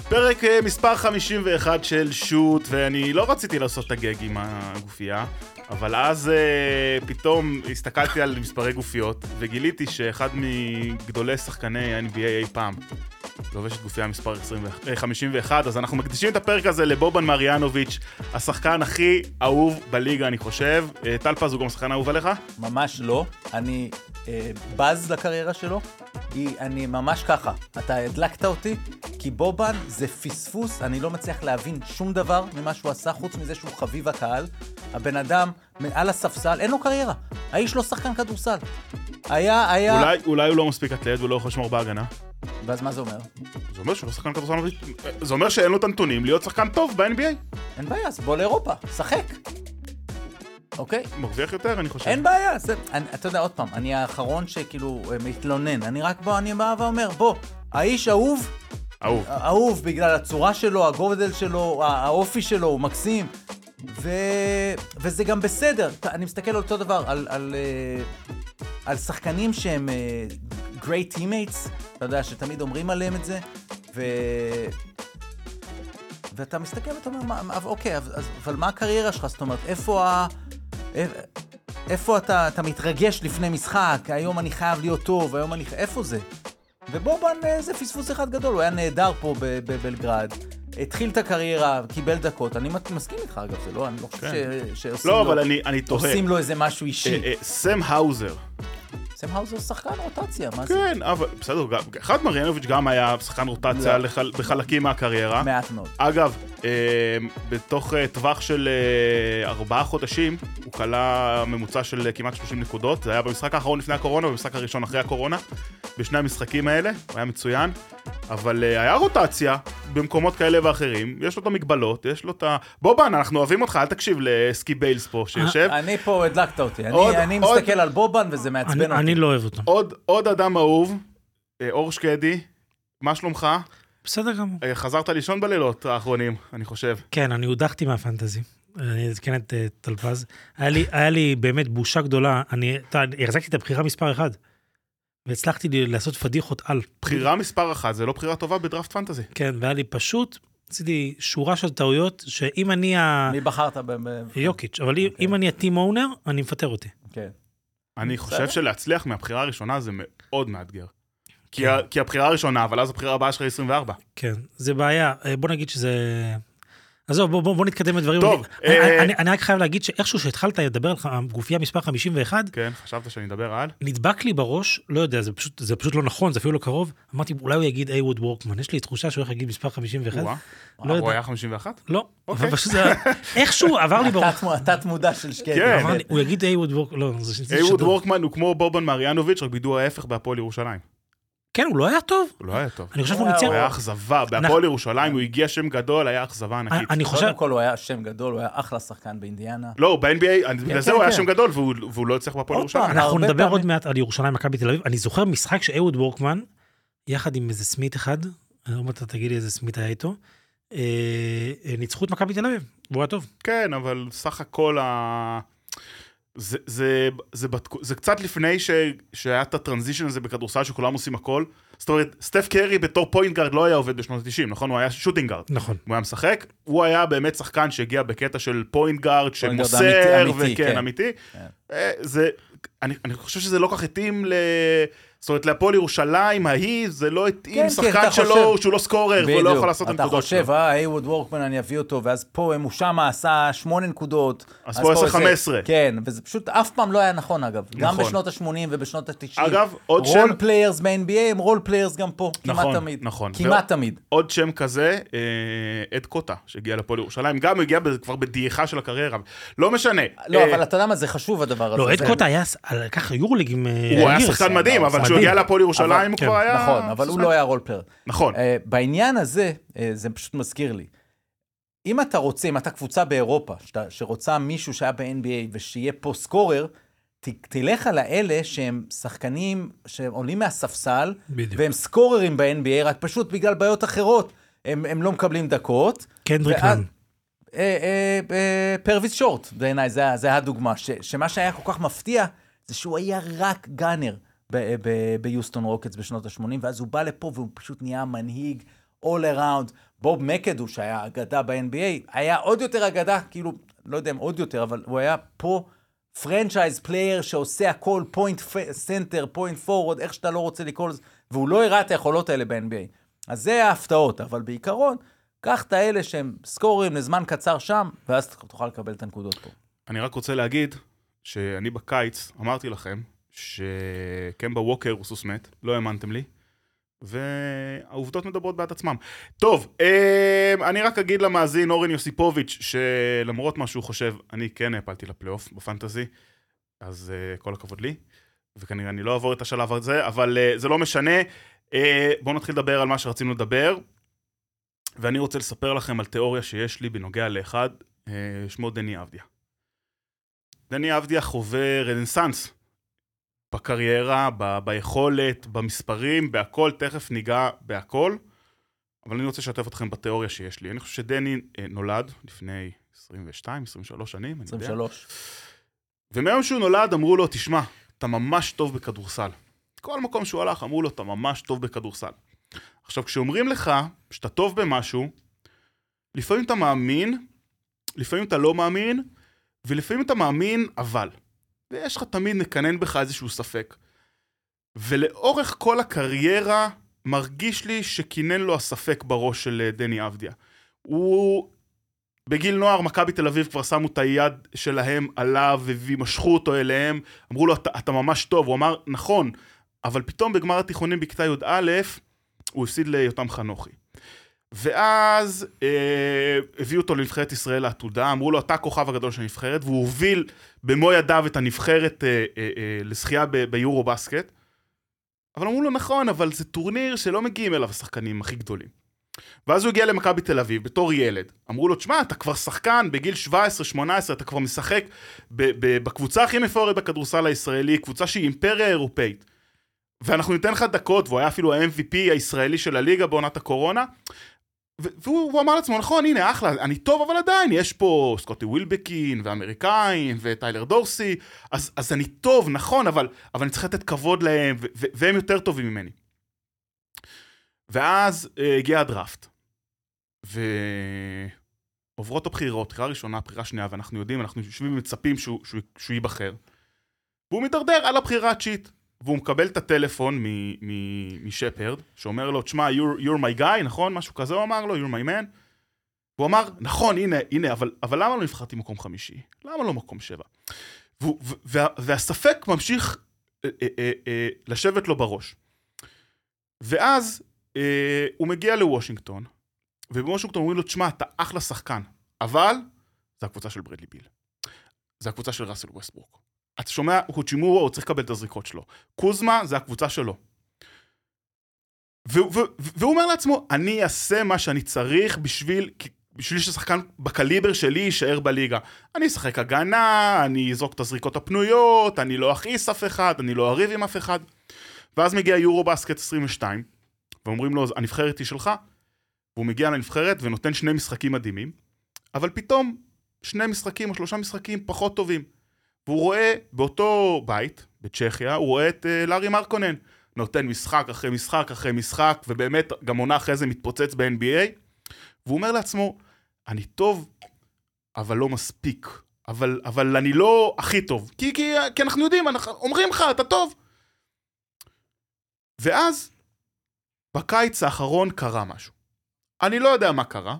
פרק מספר 51 של שוט, ואני לא רציתי לעשות את הגג עם הגופייה, אבל אז פתאום הסתכלתי על מספרי גופיות, וגיליתי שאחד מגדולי שחקני ה-NBA אי פעם לובש את גופייה מספר 51, אז אנחנו מקדישים את הפרק הזה לבובן מריאנוביץ', השחקן הכי אהוב בליגה, אני חושב. טל פז הוא גם שחקן אהוב עליך? ממש לא. אני בז לקריירה שלו. אני ממש ככה. אתה הדלקת אותי, כי בובן זה פספוס. אני לא מצליח להבין שום דבר ממה שהוא עשה, חוץ מזה שהוא חביב הקהל. הבן אדם על הספסל, אין לו קריירה. האיש לא שחקן כדורסל. אולי הוא לא מספיק אתלט ולא יכול לשמור בהגנה. ואז מה זה אומר? זה אומר שהוא לא שחקן כדורסל, זה אומר שאין לו את הנתונים להיות שחקן טוב ב-NBA. אין בעיה, אז בוא לאירופה, שחק. אוקיי? מרוויח יותר, אני חושב. אין בעיה, אתה יודע, עוד פעם, אני האחרון שכאילו מתלונן, אני בא ואומר, בוא, האיש אהוב בגלל הצורה שלו, הגודל שלו, האופי שלו, הוא מקסים, וזה גם בסדר. אני מסתכל על אותו דבר, על שחקנים שהם great teammates, אתה יודע, שתמיד אומרים עליהם את זה, ואתה מסתכל ואתה אומר, אוקיי, אבל מה הקריירה שלך? זאת אומרת, איפה אתה מתרגש לפני משחק? היום אני חייב להיות טוב, איפה זה? ובובן זה פספוס אחד גדול, הוא היה נהדר פה בבלגרד. התחיל את הקריירה, קיבל דקות, אני מסכים איתך אגב, זה לא, אני לא חושב שעושים לו איזה משהו אישי. סם האוזר. סם האוזר שחקן רוטציה, מה זה? כן, אבל בסדר, אחד מריאנוביץ' גם היה שחקן רוטציה בחלקים מהקריירה. מעט מאוד. אגב, בתוך טווח של 4 חודשים, הוא קלה ממוצע של כמעט 30 נקודות. זה היה במשחק האחרון לפני הקורונה, במשחק הראשון אחרי הקורונה. בשני המשחקים האלה, הוא היה מצוין. אבל היה רוטציה במקומות כאלה ואחרים. יש לו את המגבלות, יש לו את ה... בובן, אנחנו אוהבים אותך, אל תקשיב לסקי ביילס פה שיושב. אני פה הדלקת אותי. אני מסתכל על בובן וזה מעצבן אותי. אני לא אוהב אותו. עוד אדם אהוב, אור שקדי, מה שלומך? בסדר גמור. חזרת לישון בלילות האחרונים, אני חושב. כן, אני הודחתי מהפנטזי. אני אזכן את טלפז. היה לי באמת בושה גדולה. אני החזקתי את הבחירה מספר 1. והצלחתי לעשות פדיחות על. בחירה מספר 1, זה לא בחירה טובה בדראפט פנטזי. כן, והיה לי פשוט, עשיתי שורה של טעויות, שאם אני מי בחרת? יוקיץ', אבל אם אני הטים אונר, אני מפטר אותי. כן. אני חושב שלהצליח מהבחירה הראשונה זה מאוד מאתגר. כי הבחירה הראשונה, אבל אז הבחירה הבאה שלך 24. כן, זה בעיה. בוא נגיד שזה... אז בוא נתקדם לדברים. טוב. אני רק חייב להגיד שאיכשהו שהתחלת לדבר על גופייה מספר 51, כן, חשבת שאני אדבר על? נדבק לי בראש, לא יודע, זה פשוט לא נכון, זה אפילו לא קרוב, אמרתי, אולי הוא יגיד איווד וורקמן, יש לי תחושה שהוא הולך להגיד מספר 51. הוא היה 51? לא, אבל פשוט זה, איכשהו עבר לי בראש. התת מודע של שקדי. הוא יגיד איווד וורקמן, לא, איווד וורקמן הוא כמו בובן מריאנוביץ', רק בידור ההפך בהפועל ירושלים. כן, הוא לא היה טוב. הוא לא היה טוב. אני חושב שהוא ניצח. הוא היה אכזבה. בהפועל ירושלים הוא הגיע שם גדול, היה אכזבה ענקית. קודם כל הוא היה שם גדול, הוא היה אחלה שחקן באינדיאנה. לא, ב-NBA, לזה הוא היה שם גדול, והוא לא הצליח בהפועל ירושלים. אנחנו נדבר עוד מעט על ירושלים, מכבי תל אביב. אני זוכר משחק שאהוד וורקמן, יחד עם איזה סמית אחד, אני לא יודע, תגיד לי איזה סמית היה איתו, ניצחו את מכבי תל אביב, והוא היה טוב. כן, אבל סך הכל זה קצת לפני שהיה את הטרנזישן הזה בכדורסל שכולם עושים הכל. זאת אומרת, סטף קרי בתור פוינט גארד לא היה עובד בשנות ה-90, נכון? הוא היה שוטינג גארד. נכון. הוא היה משחק, הוא היה באמת שחקן שהגיע בקטע של פוינט גארד, שמוסר, וכן, אמיתי. אני חושב שזה לא כך התאים זאת אומרת, להפועל ירושלים, זה לא התאים שחקן שלו, שהוא לא סקורר, והוא לא יכול לעשות את הנקודות שלו. אתה חושב, איווד וורקמן, אני אביא אותו, ואז פה הוא שם עשה 8 נקודות. אז פה עשה 15. כן, וזה פשוט אף פעם לא היה נכון, אגב. גם בשנות ה-80 ובשנות ה-90. אגב, עוד שם... רול פליירס ב-NBA הם רול פליירס גם פה, כמעט תמיד. נכון. כמעט תמיד. עוד שם כזה, אד קוטה, שהגיע להפועל ירושלים, גם הגיע כבר בדעיכה של הקריירה. לא משנה. לא, אבל אתה יודע מה, זה חשוב הדבר הזה. לא, אד קוטה היה ככה יורליג עם... הוא היה שחקן מדהים, אבל כשהוא הגיע להפועל ירושלים הוא כבר היה... נכון, אבל הוא לא היה רול פלייר. נכון. בעניין הזה, זה פשוט מזכיר לי. אם אתה רוצה, אם אתה קבוצה באירופה, שרוצה מישהו שהיה ב-NBA ושיהיה פה סקורר, תלך על האלה שהם שחקנים שעולים מהספסל, והם סקוררים ב-NBA, רק פשוט בגלל בעיות אחרות. הם לא מקבלים דקות. קנדריק נאן. פרוויס שורט, בעיניי, זה הדוגמה. שמה שהיה כל כך מפתיע, זה שהוא היה רק גאנר ביוסטון רוקטס בשנות ה-80, ואז הוא בא לפה והוא פשוט נהיה מנהיג, all around. בוב מקדו, שהיה אגדה ב-NBA, היה עוד יותר אגדה, כאילו, לא יודע אם עוד יותר, אבל הוא היה פה פרנצ'ייז פלייר שעושה הכל, פוינט סנטר, פוינט פורוורד, איך שאתה לא רוצה לקרוא לזה, והוא לא הראה את היכולות האלה ב-NBA. אז זה ההפתעות, אבל בעיקרון, קח את האלה שהם סקורים לזמן קצר שם, ואז תוכל לקבל את הנקודות פה. אני רק רוצה להגיד שאני בקיץ אמרתי לכם שקמבה ווקר הוא סוס מת, לא האמנתם לי, והעובדות מדברות בעד עצמם. טוב, אני רק אגיד למאזין אורן יוסיפוביץ' שלמרות מה שהוא חושב, אני כן הפלתי לפלייאוף בפנטזי, אז כל הכבוד לי, וכנראה אני לא אעבור את השלב הזה, אבל זה לא משנה. בואו נתחיל לדבר על מה שרצינו לדבר, ואני רוצה לספר לכם על תיאוריה שיש לי בנוגע לאחד, שמו דני אבדיה. דני אבדיה חווה רנסנס בקריירה, ביכולת, במספרים, בהכל, תכף ניגע בהכל, אבל אני רוצה לשתף אתכם בתיאוריה שיש לי. אני חושב שדני נולד לפני 22, 23 שנים, 23. ומהיום שהוא נולד אמרו לו, תשמע, אתה ממש טוב בכדורסל. כל מקום שהוא הלך אמרו לו, אתה ממש טוב בכדורסל. עכשיו, כשאומרים לך שאתה טוב במשהו, לפעמים אתה מאמין, לפעמים אתה לא מאמין, ולפעמים אתה מאמין, אבל. ויש לך תמיד נקנן בך איזשהו ספק. ולאורך כל הקריירה, מרגיש לי שכינן לו הספק בראש של דני אבדיה. הוא, בגיל נוער, מכבי תל אביב כבר שמו את היד שלהם עליו, ומשכו אותו אליהם, אמרו לו, אתה ממש טוב. הוא אמר, נכון, אבל פתאום בגמר התיכונים בכיתה י"א, הוא הפסיד ליותם חנוכי. ואז הביאו אותו לנבחרת ישראל לעתודה, אמרו לו, אתה כוכב הגדול של הנבחרת, והוא הוביל במו ידיו את הנבחרת לשחייה ביורו בסקט. אבל אמרו לו, נכון, אבל זה טורניר שלא מגיעים אליו השחקנים הכי גדולים. ואז הוא הגיע למכבי תל אביב בתור ילד. אמרו לו, תשמע, אתה כבר שחקן בגיל 17-18, אתה כבר משחק בקבוצה הכי מפוארת בכדורסל הישראלי, קבוצה שהיא אימפריה אירופאית. ואנחנו ניתן לך דקות, והוא היה אפילו ה-MVP הישראלי של הליגה בעונת הקורונה, והוא אמר לעצמו, נכון, הנה, אחלה, אני טוב, אבל עדיין, יש פה סקוטי ווילבקין, ואמריקאים, וטיילר דורסי, אז אני טוב, נכון, אבל אני צריך לתת כבוד להם, והם יותר טובים ממני. ואז הגיע הדראפט, ועוברות הבחירות, בחירה ראשונה, בחירה שנייה, ואנחנו יודעים, אנחנו יושבים ומצפים שהוא ייבחר, והוא מתדרדר על הבחירה התשיעית. והוא מקבל את הטלפון משפרד, שאומר לו, תשמע, you're my guy, נכון? משהו כזה הוא אמר לו, you're my man. והוא אמר, נכון, הנה, אבל למה לא נבחרתי מקום 5? למה לא מקום 7? והספק ממשיך לשבת לו בראש. ואז הוא מגיע לוושינגטון, ובוושינגטון אומרים לו, תשמע, אתה אחלה שחקן, אבל זה הקבוצה של ברדלי ביל. זה הקבוצה של ראסל ווסטברוק. אתה שומע, הוצ'ימורו, הוא צריך לקבל את הזריקות שלו. קוזמה, זה הקבוצה שלו. והוא אומר לעצמו, אני אעשה מה שאני צריך בשביל ששחקן בקליבר שלי יישאר בליגה. אני אשחק הגנה, אני אזרוק את הזריקות הפנויות, אני לא אכעיס אף אחד, אני לא אריב עם אף אחד. ואז מגיע יורו בסקט 22, ואומרים לו, הנבחרת היא שלך, והוא מגיע לנבחרת ונותן 2 משחקים מדהימים, אבל פתאום 2 משחקים או 3 משחקים פחות טובים. והוא רואה באותו בית, בצ'כיה, הוא רואה את לארי מרקונן, נותן משחק אחרי משחק אחרי משחק, ובאמת גם עונה אחרי זה מתפוצץ ב-NBA, והוא אומר לעצמו, אני טוב, אבל לא מספיק, אבל אני לא הכי טוב, כי אנחנו יודעים, אנחנו אומרים לך, אתה טוב. ואז, בקיץ האחרון קרה משהו. אני לא יודע מה קרה,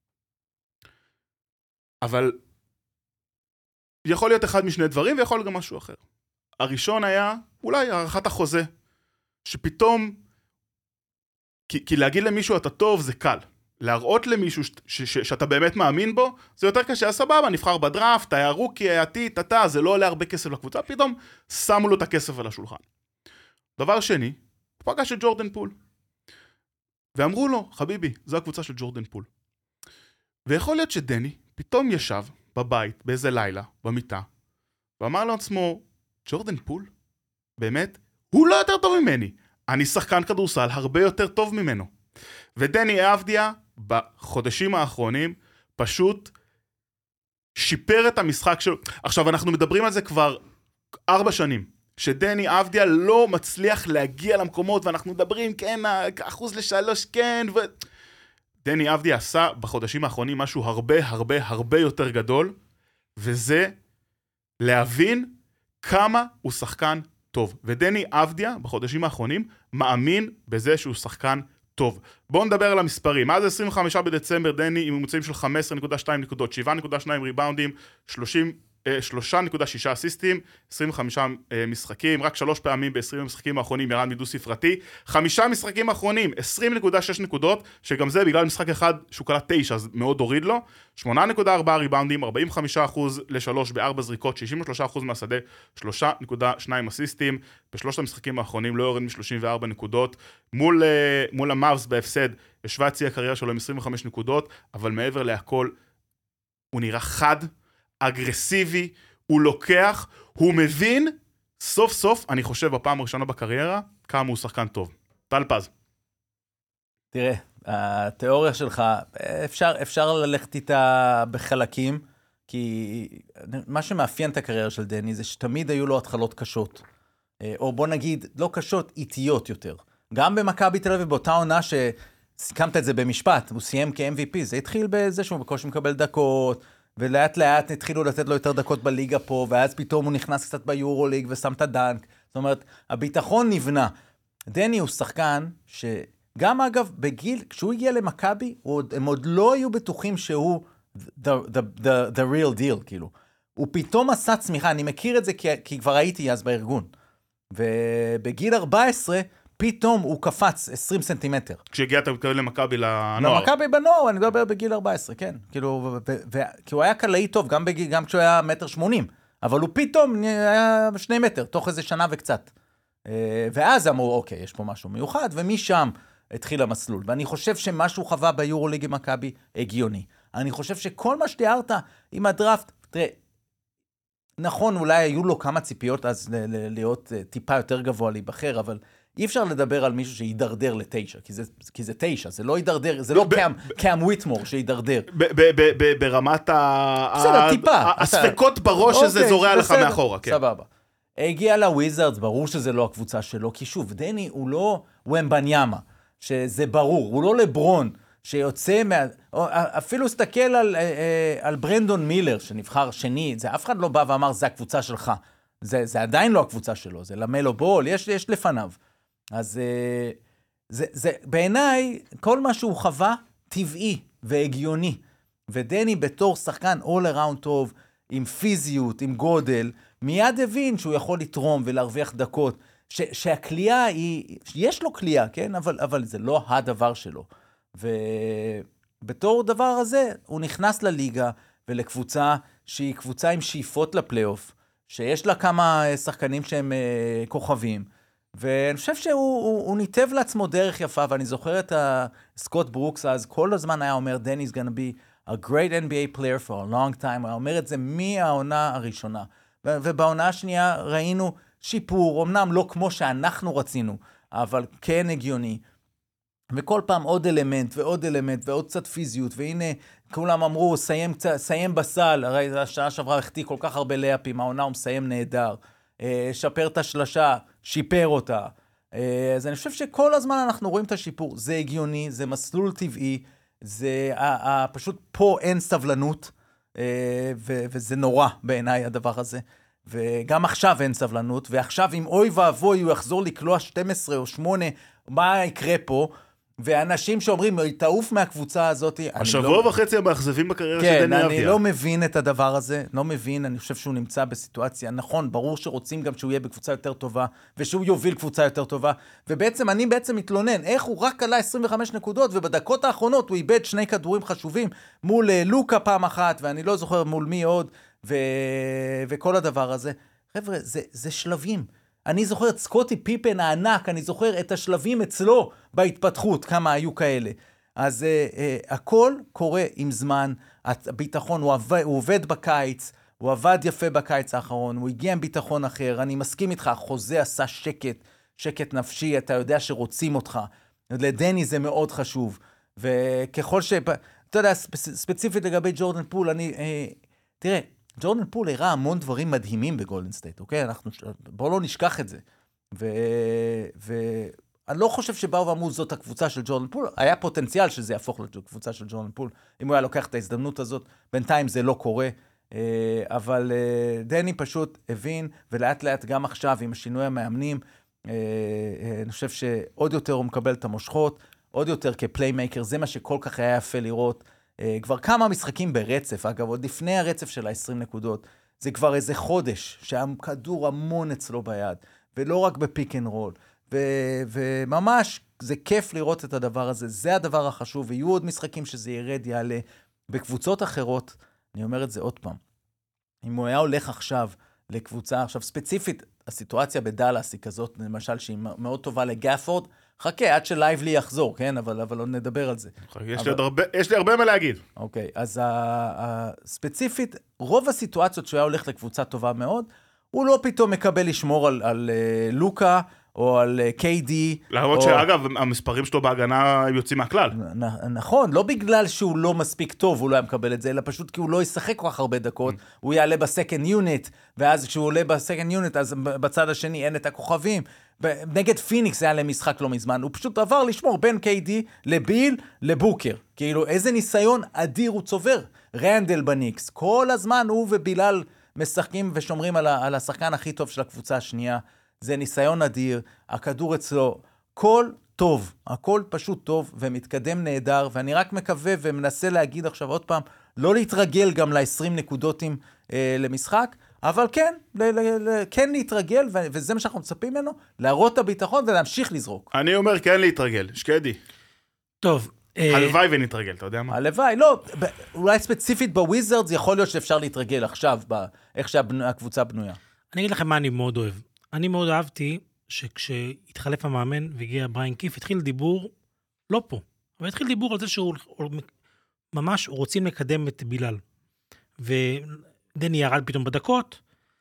אבל יכול להיות אחד משני דברים, ויכול להיות גם משהו אחר. הראשון היה, אולי, הערכת החוזה. שפתאום, כי להגיד למישהו אתה טוב זה קל. להראות למישהו שאתה באמת מאמין בו, זה יותר קשה, סבבה, נבחר בדראפט, היה רוקי, היה טיט, זה לא עולה הרבה כסף לקבוצה, פתאום שמו לו את הכסף על השולחן. דבר שני, הוא פגש את ג'ורדן פול. ואמרו לו, חביבי, זו הקבוצה של ג'ורדן פול. ויכול להיות שדני פתאום ישב בבית, באיזה לילה, במיטה, ואמר לעצמו, ג'ורדן פול? באמת? הוא לא יותר טוב ממני. אני שחקן כדורסל הרבה יותר טוב ממנו. ודני אבדיה, בחודשים האחרונים, פשוט שיפר את המשחק שלו. עכשיו, אנחנו מדברים על זה כבר 4 שנים, שדני אבדיה לא מצליח להגיע למקומות, ואנחנו מדברים, כן, 1-3, כן, דני אבדיה עשה בחודשים האחרונים משהו הרבה הרבה הרבה יותר גדול, וזה להבין כמה הוא שחקן טוב. ודני אבדיה בחודשים האחרונים מאמין בזה שהוא שחקן טוב. בואו נדבר על המספרים. מאז 25 בדצמבר דני עם ממוצעים של 15.2 נקודות, 7.2 ריבאונדים, 3.6 אסיסטים, 25 משחקים, רק 3 פעמים ב-20 המשחקים האחרונים ירד מדו ספרתי, 5 משחקים האחרונים, 20.6 נקודות, שגם זה בגלל משחק אחד שהוא קלע 9, אז מאוד הוריד לו, 8.4 ריבאונדים, 45% ל-3 ב-4 זריקות, 63% מהשדה, 3.2 אסיסטים, בשלושת המשחקים האחרונים לא יורד מ-34 נקודות, מול המאבס בהפסד, השווה את שיא הקריירה שלו עם 25 נקודות, אבל מעבר להכל, הוא נראה חד, אגרסיבי, הוא לוקח, הוא מבין, סוף סוף, אני חושב בפעם הראשונה בקריירה, כמה הוא שחקן טוב. טל פז. תראה, התיאוריה שלך, אפשר ללכת איתה בחלקים, כי מה שמאפיין את הקריירה של דני, זה שתמיד היו לו התחלות קשות. או בוא נגיד, לא קשות, איטיות יותר. גם במכבי תל אביב, באותה עונה שסיכמת את זה במשפט, הוא סיים כ-MVP, זה התחיל בזה שהוא בקושי מקבל דקות, ולאט לאט התחילו לתת לו יותר דקות בליגה פה, ואז פתאום הוא נכנס קצת ביורוליג ושם את הדנק. זאת אומרת, הביטחון נבנה. דני הוא שחקן שגם אגב, בגיל, כשהוא הגיע למכבי, הם עוד לא היו בטוחים שהוא the real deal, כאילו. הוא פתאום עשה צמיחה, אני מכיר את זה כי כבר הייתי אז בארגון. ובגיל 14, פתאום הוא קפץ 20 סנטימטר. כשהגיע אתה מתכוון למכבי לנוער. למכבי בנוער, אני מדבר בגיל 14, כן. כאילו, כי הוא היה קלעי טוב, גם כשהוא היה 1.80 מטר, אבל הוא פתאום היה 2 מטר, תוך איזה שנה וקצת. ואז אמרו, אוקיי, יש פה משהו מיוחד, ומשם התחיל המסלול. ואני חושב שמשהו חווה ביורוליג עם מכבי הגיוני. אני חושב שכל מה שתיארת עם הדראפט, תראה, נכון, אולי היו לו כמה ציפיות אז להיות טיפה יותר גבוה להיבחר, אבל אי אפשר לדבר על מישהו שידרדר ל9, כי זה 9, זה לא ידרדר, זה לא קאם וויטמור שידרדר. ברמת הספקות בראש שזה זורע לך מאחורה. סבבה. הגיע לוויזרדס, ברור שזה לא הקבוצה שלו, כי שוב, דני הוא לא ומבניאמה, שזה ברור, הוא לא לברון, שיוצא אפילו סתכל על ברנדון מילר, שנבחר שני, זה אף אחד לא בא ואמר, זה הקבוצה שלך. זה עדיין לא הקבוצה שלו, זה למלו בול, יש לפניו. אז זה בעיניי, כל מה שהוא חווה, טבעי והגיוני. ודני בתור שחקן all around טוב, עם פיזיות, עם גודל, מיד הבין שהוא יכול לתרום ולהרוויח דקות, שהקליעה היא, יש לו קליעה, כן? אבל זה לא הדבר שלו. ובתור דבר הזה, הוא נכנס לליגה ולקבוצה שהיא קבוצה עם שאיפות לפלייאוף, שיש לה כמה שחקנים שהם כוכבים, ואני חושב שהוא ניתב לעצמו דרך יפה, ואני זוכר את סקוט ברוקס, אז כל הזמן היה אומר, Danny's gonna be a great NBA player for a long time, הוא אומר את זה מהעונה הראשונה, ובעונה השנייה ראינו שיפור, אמנם לא כמו שאנחנו רצינו, אבל כן הגיוני, וכל פעם עוד אלמנט ועוד אלמנט ועוד קצת פיזיות, והנה כולם אמרו, סיים בסל, הרי השעה שעברה החטיא כל כך הרבה לאפים, העונה הוא מסיים נהדר, שפר את השלשה, שיפר אותה. אז אני חושב שכל הזמן אנחנו רואים את השיפור, זה הגיוני, זה מסלול טבעי, זה פשוט פה אין סבלנות, וזה נורא בעיניי הדבר הזה. וגם עכשיו אין סבלנות, ועכשיו אם אוי ואבוי הוא יחזור לקלוע 12 או 8, מה יקרה פה? ואנשים שאומרים, תעוף מהקבוצה הזאת, השבוע וחצי המאכזבים בקריירה של דני אבדיה. כן, אני לא מבין את הדבר הזה, לא מבין, אני חושב שהוא נמצא בסיטואציה, נכון, ברור שרוצים גם שהוא יהיה בקבוצה יותר טובה, ושהוא יוביל קבוצה יותר טובה, ובעצם אני מתלונן, איך הוא רק עלה 25 נקודות, ובדקות האחרונות הוא איבד 2 כדורים חשובים, מול לוקה פעם אחת, ואני לא זוכר מול מי עוד, וכל הדבר הזה. חבר'ה, זה שלבים. אני זוכר את סקוטי פיפן הענק, אני זוכר את השלבים אצלו בהתפתחות, כמה היו כאלה. אז הכל קורה עם זמן, הביטחון, הוא עובד בקיץ, הוא עבד יפה בקיץ האחרון, הוא הגיע עם ביטחון אחר, אני מסכים איתך, החוזה עשה שקט נפשי, אתה יודע שרוצים אותך. לדני זה מאוד חשוב, וככל אתה יודע, ספציפית לגבי ג'ורדן פול, תראה, ג'ורדן פול הראה המון דברים מדהימים בגולדן סטייט, אוקיי? בואו לא נשכח את זה. אני לא חושב שבאו ואמרו זאת הקבוצה של ג'ורדן פול, היה פוטנציאל שזה יהפוך לקבוצה של ג'ורדן פול, אם הוא היה לוקח את ההזדמנות הזאת, בינתיים זה לא קורה, אבל דני פשוט הבין, ולאט לאט גם עכשיו עם השינוי המאמנים, אני חושב שעוד יותר הוא מקבל את המושכות, עוד יותר כפליימייקר, זה מה שכל כך היה יפה לראות, כבר כמה משחקים ברצף, אגב, עוד לפני הרצף של ה-20 נקודות, זה כבר איזה חודש, שהכדור המון אצלו ביד, ולא רק בפיק אנד רול, וממש זה כיף לראות את הדבר הזה, זה הדבר החשוב, ויהיו עוד משחקים שזה ירד, יעלה. בקבוצות אחרות, אני אומר את זה עוד פעם, אם הוא היה הולך עכשיו לקבוצה, עכשיו ספציפית, הסיטואציה בדלס היא כזאת, למשל שהיא מאוד טובה לגאפורד, חכה, עד שלייבלי יחזור, כן? אבל לא נדבר על זה. יש לי הרבה מה להגיד. אוקיי, אז ספציפית, רוב הסיטואציות שהוא היה הולך לקבוצה טובה מאוד, הוא לא פתאום מקבל לשמור על לוקה, או על KD. למרות שאגב, המספרים שלו בהגנה יוצאים מהכלל. נכון, לא בגלל שהוא לא מספיק טוב, הוא לא היה מקבל את זה, אלא פשוט כי הוא לא ישחק כל כך הרבה דקות, הוא יעלה בסקנד יוניט, ואז כשהוא עולה בסקנד יוניט, אז בצד השני אין את הכוכבים. נגד פיניקס היה למשחק לא מזמן, הוא פשוט עבר לשמור בין KD לביל לבוקר. כאילו, איזה ניסיון אדיר הוא צובר. רנדל בניקס, כל הזמן הוא ובילal משחקים ושומרים על השחקן הכי טוב של הקבוצה השנייה. זה ניסיון אדיר, הכדור אצלו, כל טוב, הכל פשוט טוב ומתקדם נהדר, ואני רק מקווה ומנסה להגיד עכשיו עוד פעם, לא להתרגל גם ל-20 נקודותים למשחק, אבל כן, כן להתרגל, וזה מה שאנחנו מצפים ממנו, להראות את הביטחון ולהמשיך לזרוק. אני אומר כן להתרגל, שקדי. טוב. הלוואי ונתרגל, אתה יודע מה? הלוואי, לא, אולי ספציפית בוויזרדס יכול להיות שאפשר להתרגל עכשיו, איך שהקבוצה בנויה. אני אגיד לכם מה אני מאוד אוהב. אני מאוד אהבתי שכשהתחלף המאמן והגיע בריין קיף, התחיל דיבור, לא פה, אבל התחיל דיבור על זה שהוא ממש רוצים לקדם את בילal. ודני ירד פתאום בדקות,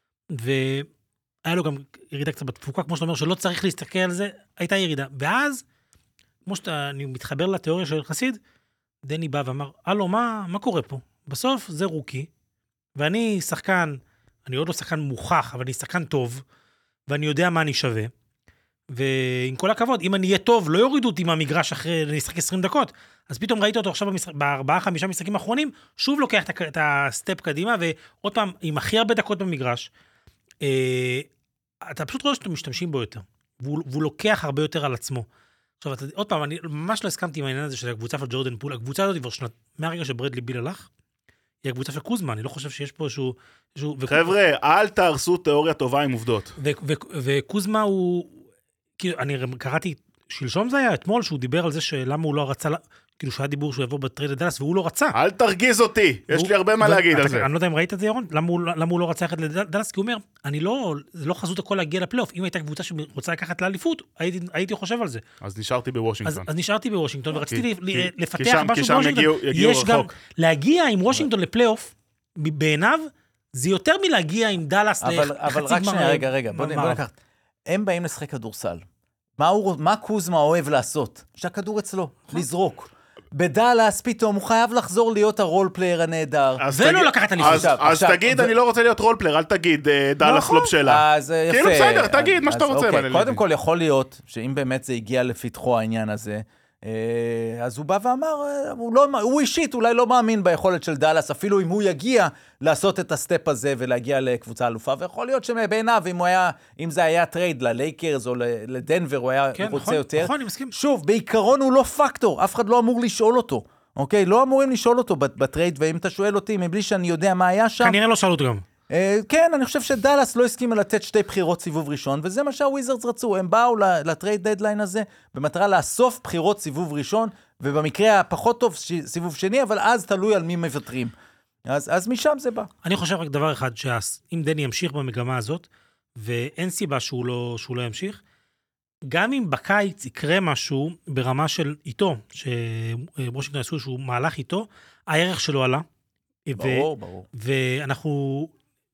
והיה לו גם ירידה קצת בתפוקה, כמו שאתה אומר, שלא צריך להסתכל על זה, הייתה ירידה. ואז, כמו שאני מתחבר לתיאוריה של חסיד, דני בא ואמר, הלו, מה קורה פה? בסוף זה רוקי, ואני שחקן, אני עוד לא שחקן מוכח, אבל אני שחקן טוב, ואני יודע מה אני שווה, ועם כל הכבוד, אם אני אהיה טוב, לא יורידו אותי מהמגרש אחרי לשחק 20 דקות, אז פתאום ראיתי אותו עכשיו ב4-5 משחקים האחרונים, שוב לוקח את הסטפ קדימה, ועוד פעם, עם הכי הרבה דקות במגרש, אתה פשוט רואה שאתם משתמשים בו יותר, והוא לוקח הרבה יותר על עצמו. עכשיו, עוד פעם, אני ממש לא הסכמתי עם העניין הזה של הקבוצה של ג'ורדן פול, הקבוצה הזאת כבר מהרגע שברדלי ביל הלך, היא הקבוצה של קוזמה, אני לא חושב שיש פה איזשהו... חבר'ה, אל תהרסו תיאוריה טובה עם עובדות. וקוזמה הוא... כאילו, אני קראתי, שלשום זה היה, אתמול, שהוא דיבר על זה שלמה הוא לא רצה, כאילו שהיה דיבור שהוא יבוא בטרייד לדלס, והוא לא רצה. אל תרגיז אותי, יש לי הרבה מה להגיד על זה. אני לא יודע אם ראית את זה, ירון, למה הוא לא רצה ללכת לדלס, כי הוא אומר, זה לא חזות הכל להגיע לפלייאוף, אם הייתה קבוצה שרוצה לקחת לאליפות, הייתי חושב על זה. אז נשארתי בוושינגטון. אז נשארתי בוושינגטון, ורציתי לפתח משהו בוושינגטון. יש גם, להגיע עם וושינגטון לפלייאוף, בעיניו, זה יותר מלהגיע עם דלס לחצי גמר. אבל רק שנייה, רגע, בוא נקחת. הם באים לשחק כדורסל. מה קוזמה אוהב לעשות? שהכדור אצלו, לזרוק. בדלס פתאום הוא חייב לחזור להיות הרול פלייר הנהדר. ולא לקחת אליפות. אז תגיד, אני לא רוצה להיות רול פלייר, אל תגיד דלס לא בשלה. אז יפה. כאילו בסדר, תגיד מה שאתה רוצה. קודם כל יכול להיות שאם באמת זה הגיע לפתחו העניין הזה, אז הוא בא ואמר, הוא אישית אולי לא מאמין ביכולת של דלס, אפילו אם הוא יגיע לעשות את הסטפ הזה ולהגיע לקבוצה אלופה, ויכול להיות שבעיניו, אם זה היה טרייד ללייקרס או לדנבר, הוא היה רוצה יותר. נכון, אני מסכים. שוב, בעיקרון הוא לא פקטור, אף אחד לא אמור לשאול אותו, אוקיי? לא אמורים לשאול אותו בטרייד, ואם אתה שואל אותי, מבלי שאני יודע מה היה שם... כנראה לא שאלו אותו גם. כן, אני חושב שדלס לא הסכימה לתת 2 בחירות סיבוב ראשון, וזה מה שהוויזרדס רצו, הם באו לטרייד דדליין הזה, במטרה לאסוף בחירות סיבוב ראשון, ובמקרה הפחות טוב סיבוב שני, אבל אז תלוי על מי מבטרים. אז משם זה בא. אני חושב רק דבר אחד, שאם דני ימשיך במגמה הזאת, ואין סיבה שהוא לא ימשיך, גם אם בקיץ יקרה משהו ברמה של איתו, שוושינגטון יעשו שהוא מהלך איתו, הערך שלו עלה. ברור. ואנחנו...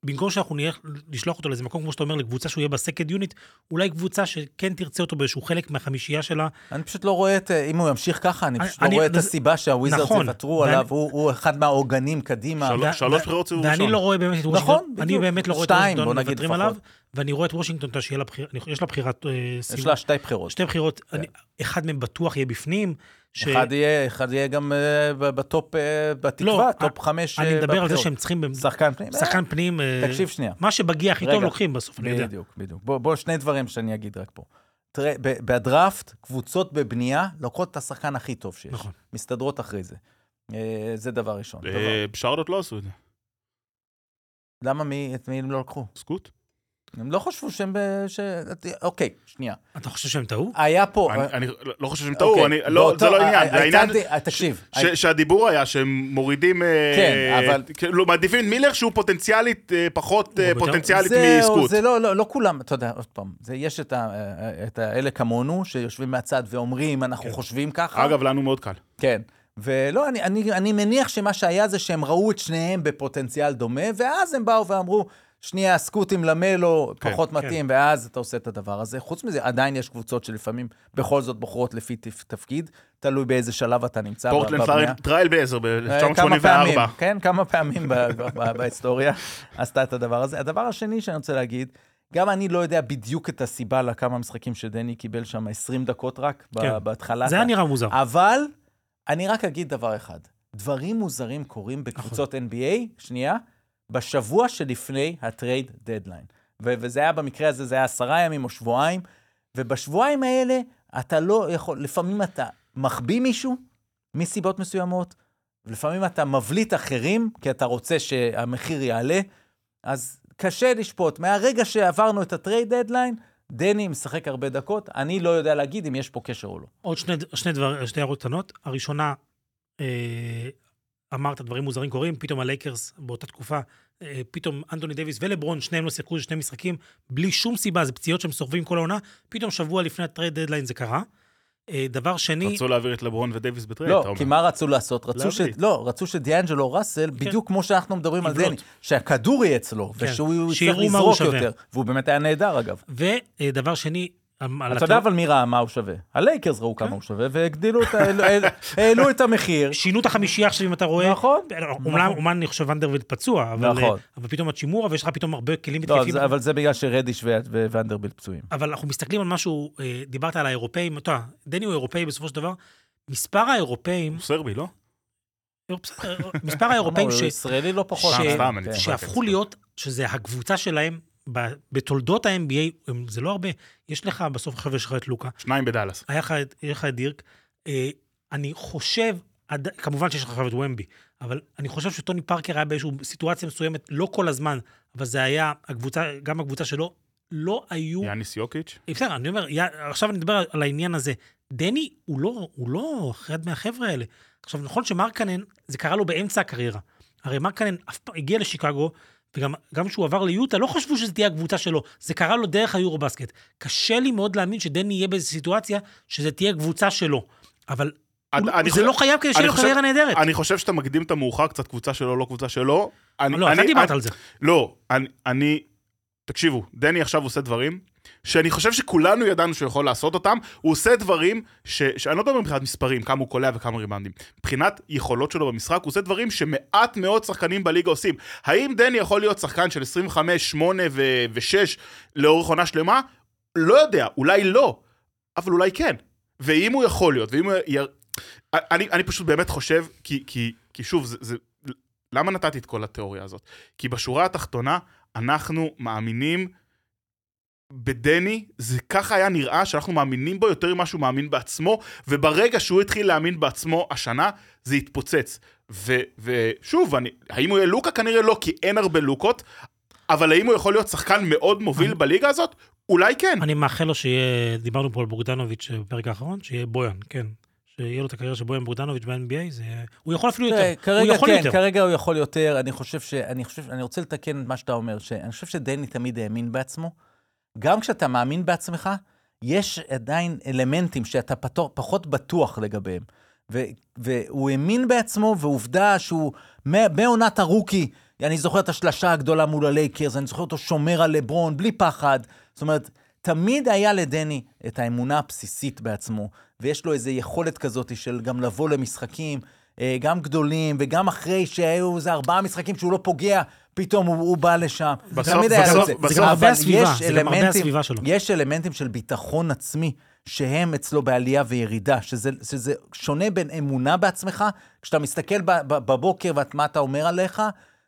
במקום שאנחנו נשלוח אותו לאיזה מקום, כמו שאתה אומר, לקבוצה שהוא יהיה בסקנד יוניט, אולי קבוצה שכן תרצה אותו באיזשהו חלק מהחמישייה שלה. אני פשוט לא רואה אם הוא ימשיך ככה, אני פשוט לא רואה את הסיבה שהוויזרדס יוותרו עליו, הוא אחד מהעוגנים קדימה. 3 בחירות הוא ואני לא רואה באמת את וושינגטון, אני באמת לא רואה את וושינגטון מוותרים עליו, ואני רואה את וושינגטון, יש לה בחירת... יש לה 2 בחירות. 2 בחירות, אחד מהם בטוח יהיה בפנים. אחד יהיה גם בטופ, בתקווה, טופ 5 אני מדבר על זה שהם צריכים... שחקן פנים. שחקן פנים. תקשיב שנייה. מה שבגיע הכי טוב לוקחים בסוף, אני יודע. בדיוק. בוא 2 דברים שאני אגיד רק פה. תראה, בדראפט, קבוצות בבנייה, לוקחות את השחקן הכי טוב שיש. נכון. מסתדרות אחרי זה. זה דבר ראשון. בשרלוט לא עשו את זה. למה את מי הם לא לקחו? סקוט? הם לא חשבו שהם אוקיי, שנייה. אתה חושב שהם טעו? היה פה... אני לא חושב שהם טעו, זה לא עניין. העניין תקשיב. שהדיבור היה שהם מורידים... כן, אבל... מעדיפים מילר שהוא פוטנציאלית, פחות פוטנציאלית מסקוט. זה לא כולם, אתה יודע, עוד פעם, יש את האלה כמונו, שיושבים מהצד ואומרים, אנחנו חושבים ככה. אגב, לנו מאוד קל. כן. ולא, אני מניח שמה שהיה זה שהם ראו את שניהם בפוטנציאל דומה, ואז הם באו ואמרו, שנייה, סקוטים למלו פחות מתאים, ואז אתה עושה את הדבר הזה. חוץ מזה, עדיין יש קבוצות שלפעמים בכל זאת בוחרות לפי תפקיד, תלוי באיזה שלב אתה נמצא. פורטלנד טרייל בעזר ב-1984. כן, כמה פעמים בהיסטוריה עשתה את הדבר הזה. הדבר השני שאני רוצה להגיד, גם אני לא יודע בדיוק את הסיבה לכמה משחקים שדני קיבל שם 20 דקות רק בהתחלה. זה היה נראה מוזר. אבל אני רק אגיד דבר אחד, דברים מוזרים קורים בקבוצות NBA, שנייה, בשבוע שלפני הטרייד דדליין. וזה היה במקרה הזה, זה היה 10 ימים או שבועיים, ובשבועיים האלה אתה לא יכול, לפעמים אתה מחביא מישהו מסיבות מסוימות, ולפעמים אתה מבליט אחרים, כי אתה רוצה שהמחיר יעלה, אז קשה לשפוט. מהרגע שעברנו את הטרייד דדליין, דני משחק הרבה דקות, אני לא יודע להגיד אם יש פה קשר או לא. עוד שתי הערות קטנות. הראשונה, אמרת, דברים מוזרים קורים, פתאום הלייקרס באותה תקופה, פתאום אנטוני דייביס ולברון, שניהם לא שיחקו 2 משחקים, בלי שום סיבה, זה פציעות שהם סוחבים כל העונה, פתאום שבוע לפני הטרייד דדליין זה קרה. דבר שני... רצו להעביר את לברון ודייביס בטרייד, לא, כי מה רצו לעשות? רצו שדיאנג'לו ראסל, בדיוק כמו שאנחנו מדברים על דני, שהכדור יהיה אצלו, ושהוא יצטרך לזרוק יותר, והוא באמת היה נהדר אגב. ודבר שני... אתה יודע אבל מי ראה מה הוא שווה? הלייקרס ראו כמה הוא שווה, והגדילו העלו את המחיר. שינו את החמישייה עכשיו אם אתה רואה. נכון. אומנם אני חושב ונדרבילט פצוע, אבל פתאום הצ'ימורה, ויש לך פתאום הרבה כלים מתקפים. לא, אבל זה בגלל שרדיש וונדרבילט פצועים. אבל אנחנו מסתכלים על משהו, דיברת על האירופאים, דני הוא אירופאי בסופו של דבר, מספר האירופאים... הוא סרבי, לא? מספר האירופאים ישראלי לא פחות. שהפכו להיות, שזה הקבוצה שלהם, בתולדות ה-NBA, זה לא הרבה, יש לך בסוף חבר'ה שלך את לוקה. 2 בדלס. היה לך את דירק. אני חושב, כמובן שיש לך חבר'ה את ומבי, אבל אני חושב שטוני פארקר היה באיזושהי סיטואציה מסוימת, לא כל הזמן, אבל זה היה, גם הקבוצה שלו, לא היו... יאניס יוקיץ'? בסדר, אני אומר, עכשיו אני מדבר על העניין הזה. דני הוא לא אחד מהחבר'ה האלה. עכשיו, נכון שמרקנן, זה קרה לו באמצע הקריירה. הרי מרקנן הגיע לשיקגו, וגם כשהוא עבר ליוטה, לא חשבו שזה תהיה הקבוצה שלו, זה קרה לו דרך היורובסקט. קשה לי מאוד להאמין שדני יהיה באיזו סיטואציה, שזה תהיה קבוצה שלו. אבל זה לא חייב כדי שיהיה לו קריירה נהדרת. אני חושב שאתה מקדים את המאוחר, קצת קבוצה שלו, לא קבוצה שלו. לא, אתה דיברת על זה. לא, תקשיבו, דני עכשיו עושה דברים, שאני חושב שכולנו ידענו שהוא יכול לעשות אותם, הוא עושה דברים שאני לא יודע מבחינת מספרים, כמה הוא קולע וכמה ריבאונדים. מבחינת יכולות שלו במשחק, הוא עושה דברים שמעט מאוד שחקנים בליגה עושים. האם דני יכול להיות שחקן של 25, 8 ו-6 לאורך עונה שלמה? לא יודע, אולי לא, אבל אולי כן. ואם הוא יכול להיות, אני פשוט באמת חושב, כי שוב, למה נתתי את כל התיאוריה הזאת? כי בשורה התחתונה, אנחנו מאמינים בדני, זה ככה היה נראה שאנחנו מאמינים בו יותר ממה שהוא מאמין בעצמו, וברגע שהוא התחיל להאמין בעצמו השנה, זה התפוצץ. ושוב, האם הוא יהיה לוקה? כנראה לא, כי אין הרבה לוקות, אבל האם הוא יכול להיות שחקן מאוד מוביל בליגה הזאת? אולי כן. אני מאחל לו שיהיה, דיברנו פה על בוגדנוביץ' בפרק האחרון, שיהיה בויאן, כן. שיהיה לו את הקריירה של בויאן בוגדנוביץ' ב-NBA, הוא יכול אפילו יותר. כרגע הוא יכול יותר, אני רוצה לתקן את מה שאתה אומר, שאני חושב שדני תמיד האמין בעצמו, גם כשאתה מאמין בעצמך, יש עדיין אלמנטים שאתה פחות בטוח לגביהם. והוא האמין בעצמו, ועובדה שהוא, בעונת הרוקי, אני זוכר את השלשה הגדולה מול הלייקרס, אני זוכר אותו שומר על לברון, בלי פחד. זאת אומרת, תמיד היה לדני את האמונה הבסיסית בעצמו, ויש לו איזו יכולת כזאת של גם לבוא למשחקים, גם גדולים, וגם אחרי שהיו איזה 4 משחקים שהוא לא פוגע, פתאום הוא בא לשם. בסוף, זה גם הרבה הסביבה, זה גם הרבה הסביבה שלו. יש אלמנטים של ביטחון עצמי, שהם אצלו בעלייה וירידה, שזה שונה בין אמונה בעצמך, כשאתה מסתכל בבוקר ומה אתה אומר עליך,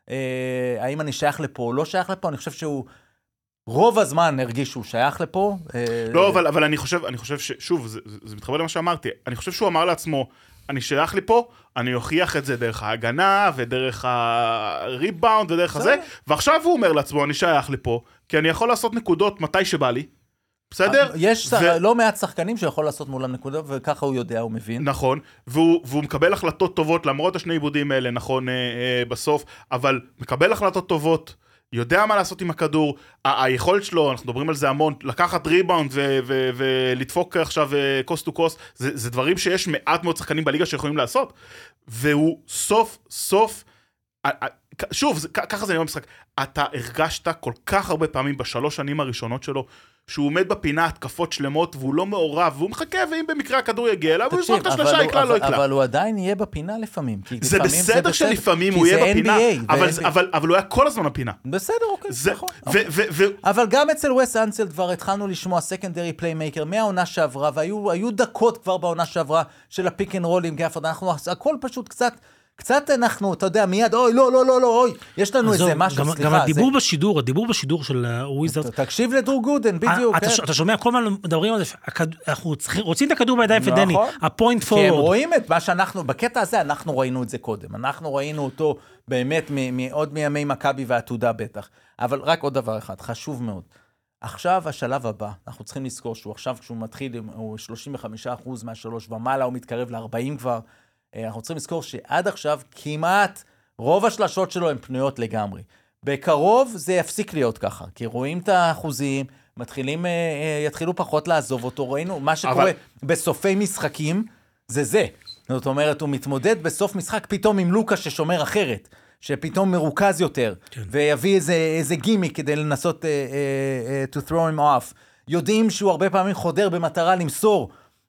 האם אני שייך לפה או לא שייך לפה, אני חושב שהוא רוב הזמן הרגיש שהוא שייך לפה. לא, אבל אני חושב ששוב, זה מתחבר למה שאמרתי, אני חושב שהוא אמר לעצמו, אני שייך לי פה, אני אוכיח את זה דרך ההגנה, ודרך הריבאונד, ודרך הזה, ועכשיו הוא אומר לעצמו, אני שייך לי פה, כי אני יכול לעשות נקודות מתי שבא לי, בסדר? יש לא מעט שחקנים שיכול לעשות מולם נקודות, וככה הוא יודע, הוא מבין. נכון, והוא מקבל החלטות טובות, למרות השני עיבודים האלה, נכון, בסוף, אבל מקבל החלטות טובות, יודע מה לעשות עם הכדור, היכולת שלו, אנחנו מדברים על זה המון, לקחת ריבאונד ולדפוק עכשיו קוסט טו קוסט, זה דברים שיש מעט מאוד שחקנים בליגה שיכולים לעשות, והוא סוף, שוב, ככה זה נראה במשחק, אתה הרגשת כל כך הרבה פעמים בשלוש שנים הראשונות שלו, שהוא עומד בפינה התקפות שלמות, והוא לא מעורב, והוא מחכה, ואם במקרה הכדור יגיע אליו, הוא יזרוק את השלושה, יקלה, לא יקלה. אבל הוא עדיין יהיה בפינה לפעמים. זה בסדר שלפעמים הוא יהיה בפינה, אבל הוא היה כל הזמן בפינה. בסדר, אוקיי, נכון. אבל גם אצל ווס אנסל כבר התחלנו לשמוע סקנדרי פליימייקר מהעונה שעברה, והיו דקות כבר בעונה שעברה של הפיק אנד רול עם גאפורד, הכל פשוט קצת אנחנו, אתה יודע, מיד, אוי, לא, אוי, יש לנו איזה משהו, סליחה. גם הדיבור בשידור של וויזארדס. תקשיב לדרו גודן, בדיוק. אתה שומע כל הזמן מדברים על זה, אנחנו רוצים את הכדור בידיים ודני, הפוינט פורוורד. כי הם רואים את מה שאנחנו, בקטע הזה אנחנו ראינו את זה קודם, אנחנו ראינו אותו באמת עוד מימי מכבי והעתודה בטח, אבל רק עוד דבר אחד, חשוב מאוד. עכשיו השלב הבא, אנחנו צריכים לזכור שהוא עכשיו כשהוא מתחיל, הוא 35% מהשלוש ומעלה, הוא מתקרב ל-40 כבר, אנחנו צריכים לזכור שעד עכשיו כמעט רוב השלשות שלו הן פנויות לגמרי. בקרוב זה יפסיק להיות ככה, כי רואים את האחוזים, יתחילו פחות לעזוב אותו, ראינו מה שקורה בסופי משחקים, זה. זאת אומרת, הוא מתמודד בסוף משחק פתאום עם לוקה ששומר אחרת, שפתאום מרוכז יותר, ויביא איזה גימי כדי לנסות to throw him off. יודעים שהוא הרבה פעמים חודר במטרה למסור,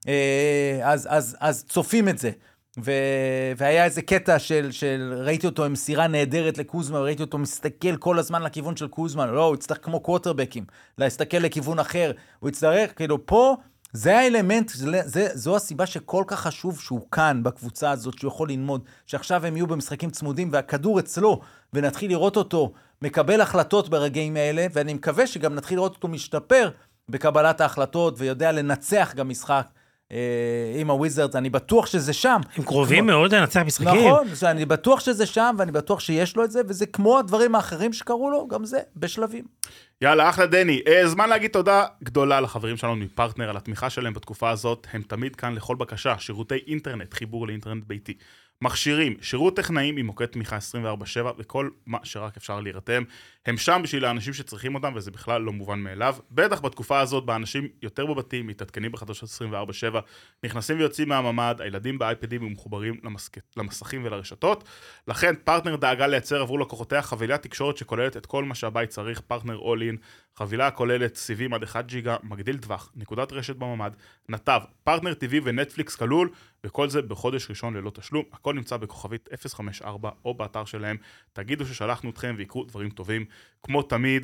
אז צופים את זה. והיה איזה קטע של ראיתי אותו עם סירה נהדרת לקוזמן, ראיתי אותו מסתכל כל הזמן לכיוון של קוזמן, לא, הוא יצטרך כמו קווטרבקים, להסתכל לכיוון אחר, הוא יצטרך, כאילו פה, זה האלמנט, זו הסיבה שכל כך חשוב שהוא כאן בקבוצה הזאת, שהוא יכול ללמוד, שעכשיו הם יהיו במשחקים צמודים, והכדור אצלו, ונתחיל לראות אותו, מקבל החלטות ברגעים האלה, ואני מקווה שגם נתחיל לראות אותו משתפר בקבלת ההחלטות, ויודע לנצח גם משחק, עם הוויזרדס, אני בטוח שזה שם. הם קרובים מאוד לנצח משחקים. נכון, אני בטוח שזה שם, ואני בטוח שיש לו את זה, וזה כמו הדברים האחרים שקראו לו, גם זה, בשלבים. יאללה, אחלה דני. זמן להגיד תודה גדולה לחברים שלנו מפרטנר, על התמיכה שלהם בתקופה הזאת. הם תמיד כאן לכל בקשה, שירותי אינטרנט, חיבור לאינטרנט ביתי. מכשירים, שירות טכנאים עם מוקד תמיכה 24/7 וכל מה שרק אפשר להירתם. הם שם בשביל האנשים שצריכים אותם, וזה בכלל לא מובן מאליו. בטח בתקופה הזאת, באנשים יותר בבתים, מתעדכנים בחדשות 24/7, נכנסים ויוצאים מהממד, הילדים באייפדים ומחוברים למסכים ולרשתות. לכן, פרטנר דאגה לייצר עבור לקוחותיה חבילת תקשורת שכוללת את כל מה שהבית צריך, פרטנר all-in, חבילה כוללת סיבים עד 1 ג'יגה, מגדיל טווח, נקודת רשת בממד, נתב, פרטנר TV ונטפליקס כלול, וכל זה בחודש ראשון ללא תשלום. הכל נמצא בכוכבית 054 או באתר שלהם. תגידו ששלחנו אתכם ויקרו דברים טובים, כמו תמיד.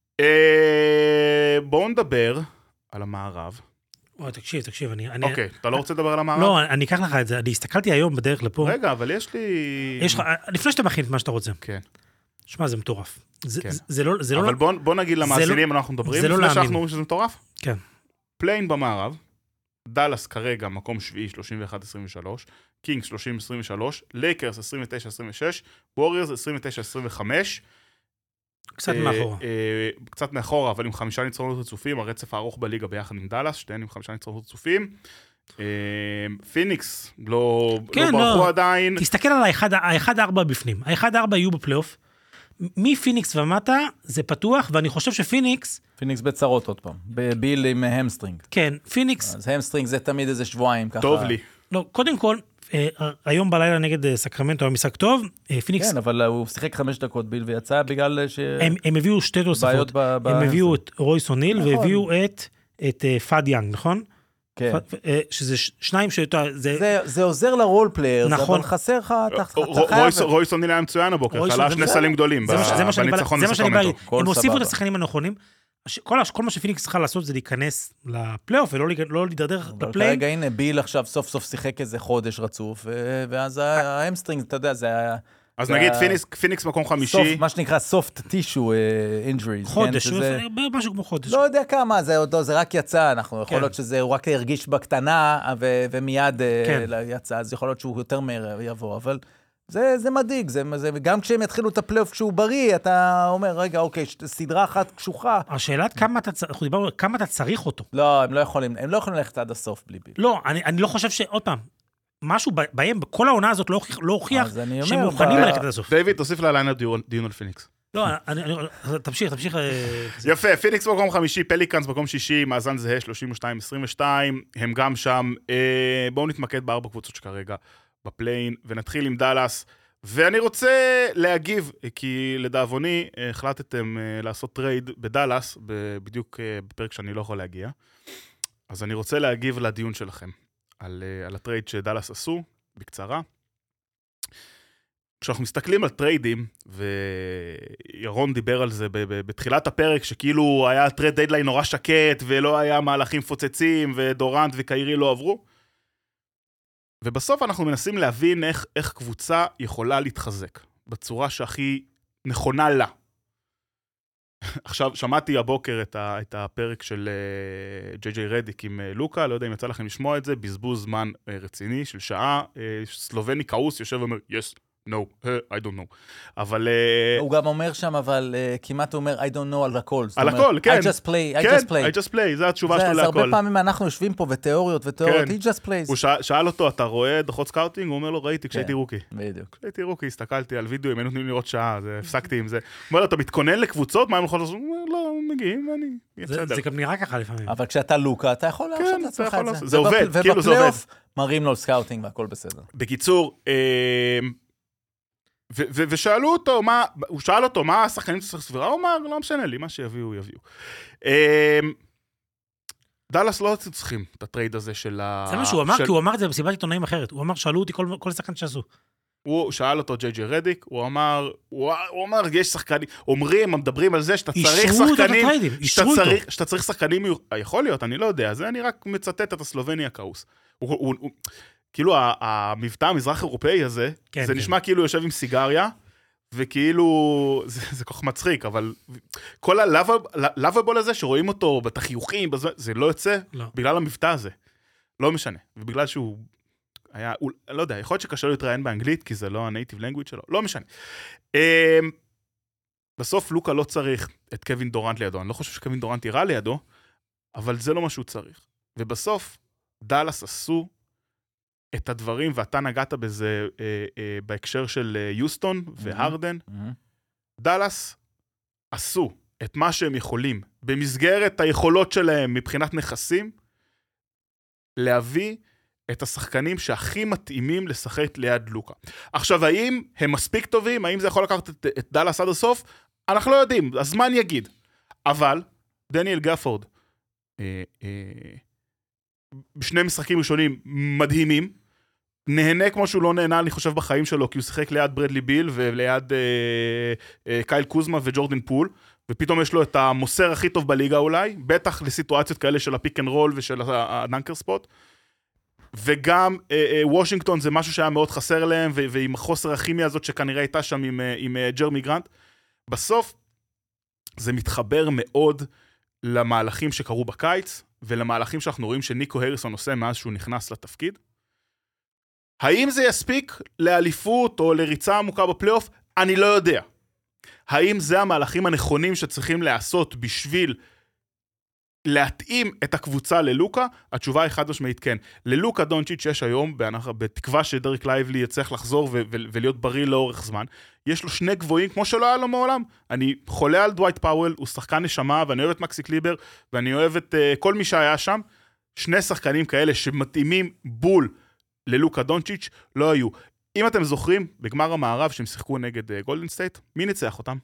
בואו נדבר על המערב. תקשיב, אוקיי, אתה לא רוצה לדבר על המערב? לא, אני אקח לך את זה, אני הסתכלתי היום בדרך לפה. רגע, אבל יש לי... לפני שאתה מכין את מה שאתה רוצה. כן. שמע, זה מטורף. אבל בוא נגיד למאזינים, אנחנו מדברים, לפני שאנחנו אומרים שזה מטורף. כן. פליין במערב, דלס כרגע מקום שביעי 31-23, קינגס 30-23, לייקרס 29-26, ווריורס 29-25. קצת מאחורה. קצת מאחורה, אבל עם 5 ניצחונות רצופים, הרצף הארוך בליגה ביחד עם דלס, שתיהן עם 5 ניצחונות רצופים. פיניקס לא ברחו עדיין. תסתכל על ה-1-4 בפנים. ה-1-4 יהיו בפלייאוף. מפיניקס ומטה זה פתוח, ואני חושב שפיניקס... פיניקס בצרות עוד פעם, בביל עם המסטרינג. כן, פיניקס... אז המסטרינג זה תמיד איזה שבועיים ככה. טוב לי. לא, קודם כל, היום בלילה נגד סקרמנטו, היה משחק טוב, פיניקס... כן, אבל הוא שיחק 5 דקות ביל ויצא בגלל ש... הם הביאו שתי תוספות, הם הביאו את רויס אוניל, והביאו את פאד יאנג, נכון? כן. שזה שניים זה עוזר לרול פלייר, נכון. אבל חסר לך, אתה חייב... רויס אוניל היה מצוין הבוקר, חלה 2 סלים גדולים בניצחון לסקרמנטו. הם הוסיפו את השחקנים הנכונים, כל מה שפיניקס צריכה לעשות זה להיכנס לפלייאוף, ולא להידרדר לפליי. כרגע, הנה, ביל עכשיו סוף סוף שיחק איזה חודש רצוף, ואז האמסטרינג, אתה יודע, זה היה... אז נגיד פיניקס מקום 5. מה שנקרא soft tissue injuries. חודש, משהו כמו חודש. לא יודע כמה, זה רק יצא, יכול להיות שזה, הוא רק הרגיש בקטנה, ומיד יצא, אז יכול להיות שהוא יותר מהר יבוא, אבל זה מדאיג, גם כשהם יתחילו את הפלייאוף כשהוא בריא, אתה אומר, רגע, אוקיי, סדרה אחת קשוחה. השאלה כמה אתה צריך אותו. לא, הם לא יכולים ללכת עד הסוף בלי ביל. לא, אני לא חושב שעוד פעם, משהו בהם, בכל העונה הזאת לא הוכיח שהם מוכנים ללכת עד הסוף. דיוויד, תוסיף לליינאפ דיון על פיניקס. לא, תמשיך. יפה, פיניקס מקום 5, פליקאנס מקום 6, מאזן זהה 32-22, הם גם שם. בואו נתמקד ב4 קבוצות שכרגע בפליין, ונתחיל עם דלס. ואני רוצה להגיב, כי לדאבוני החלטתם לעשות טרייד בדלס, בדיוק בפרק שאני לא יכול להגיע. אז אני רוצה להגיב לדיון שלכם. על הטרייד שדלס עשו, בקצרה. כשאנחנו מסתכלים על טריידים, וירון דיבר על זה בתחילת הפרק, שכאילו היה טרייד דיידליין נורא שקט, ולא היה מהלכים פוצצים, ודורנט וקיירי לא עברו. ובסוף אנחנו מנסים להבין איך קבוצה יכולה להתחזק, בצורה שהכי נכונה לה. עכשיו, שמעתי הבוקר את הפרק של ג'יי רדיק עם לוקה, לא יודע אם יצא לכם לשמוע את זה, בזבוז זמן רציני של שעה, סלובני קאוס יושב ואומר, yes, no, I don't know. אבל... הוא גם אומר שם, אבל כמעט הוא אומר, I don't know על הכל. על הכל, כן. I just play, זה התשובה שלו להכל. זה הרבה פעמים אנחנו יושבים פה ותיאוריות, he just plays. הוא שאל אותו, אתה רואה דוחות סקאוטינג? הוא אומר לו, ראיתי כשהייתי רוקי. בדיוק. כשהייתי רוקי, הסתכלתי על וידאו, הם היו נותנים לראות שעה, הפסקתי עם זה. הוא אומר לו, אתה מתכונן לקבוצות? מה הם יכולים לעשות? הוא אומר, לא, מגיעים, ואני... זה גם נראה ככה לפעמים. אבל כשאתה לוקה, אתה יכול להרשות לעצמך את זה. זה עובד, כאילו זה עובד. ובפלייאוף מראים לו סקאוטינג והכל בסדר. בקיצור, ושאלו אותו, הוא שאל אותו, מה השחקנים צריך סבירה? הוא אמר, לא משנה לי, מה שיביאו, יביאו. דלס לא צריכים את הטרייד הזה של זה מה שהוא אמר, כי הוא אמר את זה במסיבת עיתונאים אחרת. הוא אמר, שאלו אותי כל שחקן שעשו. הוא שאל אותו ג'יי רדיק, הוא אמר, יש שחקנים, מדברים על זה שאתה צריך שחקנים, יכול להיות, אני לא יודע, זה אני רק מצטט את הסלובני הקאוס. כאילו המבטא המזרח אירופאי הזה, זה נשמע כאילו יושב עם סיגריה, וכאילו, זה כל כך מצחיק, אבל כל הלאבבול הזה שרואים אותו בתחיוכים, זה לא יוצא בגלל המבטא הזה. לא משנה. ובגלל שהוא היה, לא יודע, יכול להיות שקשה לו להתראיין באנגלית, כי זה לא הנייטיב לנגוויד שלו. לא משנה. בסוף לוקה לא צריך את קווין דורנט לידו. אני לא חושב שקווין דורנט יראה לידו, אבל זה לא מה שהוא צריך. ובסוף, דלס עשו את הדברים, ואתה נגעת בזה בהקשר של יוסטון והרדן. דלס עשו את מה שהם יכולים, במסגרת היכולות שלהם מבחינת נכסים, להביא את השחקנים שהכי מתאימים לשחק ליד לוקה. עכשיו, האם הם מספיק טובים? האם זה יכול לקחת את דלס עד הסוף? אנחנו לא יודעים, הזמן יגיד. אבל, דניאל גפורד, בשני משחקים ראשונים מדהימים, נהנה כמו שהוא לא נהנה, אני חושב, בחיים שלו, כי הוא שיחק ליד ברדלי ביל, וליד קייל קוזמה וג'ורדן פול, ופתאום יש לו את המוסר הכי טוב בליגה אולי, בטח לסיטואציות כאלה של הפיק אנד רול ושל הדנקר ספוט, וגם וושינגטון זה משהו שהיה מאוד חסר להם, ועם החוסר הכימיה הזאת שכנראה הייתה שם עם ג'רמי גרנט, בסוף זה מתחבר מאוד למהלכים שקרו בקיץ, ולמהלכים שאנחנו רואים שניקו הריסון עושה מאז שהוא נכנס לתפקיד. האם זה יספיק לאליפות או לריצה עמוקה בפלייאוף? אני לא יודע. האם זה המהלכים הנכונים שצריכים לעשות בשביל להתאים את הקבוצה ללוקה? התשובה היא חד משמעית כן. ללוקה דונצ'יץ' יש היום, בתקווה שדריק לייבלי יצטרך לחזור ולהיות בריא לאורך זמן, יש לו שני גבוהים כמו שלא היה לו מעולם. אני חולה על דווייט פאוול, הוא שחקן נשמה, ואני אוהב את מקסי קליבר, ואני אוהב את כל מי שהיה שם. שני שחקנים כאלה שמתאימים בול ללוקה דונצ'יץ' לא היו. אם אתם זוכרים, בגמר המערב שהם שיחקו נגד גולדן סטייט, מי ניצח אותם?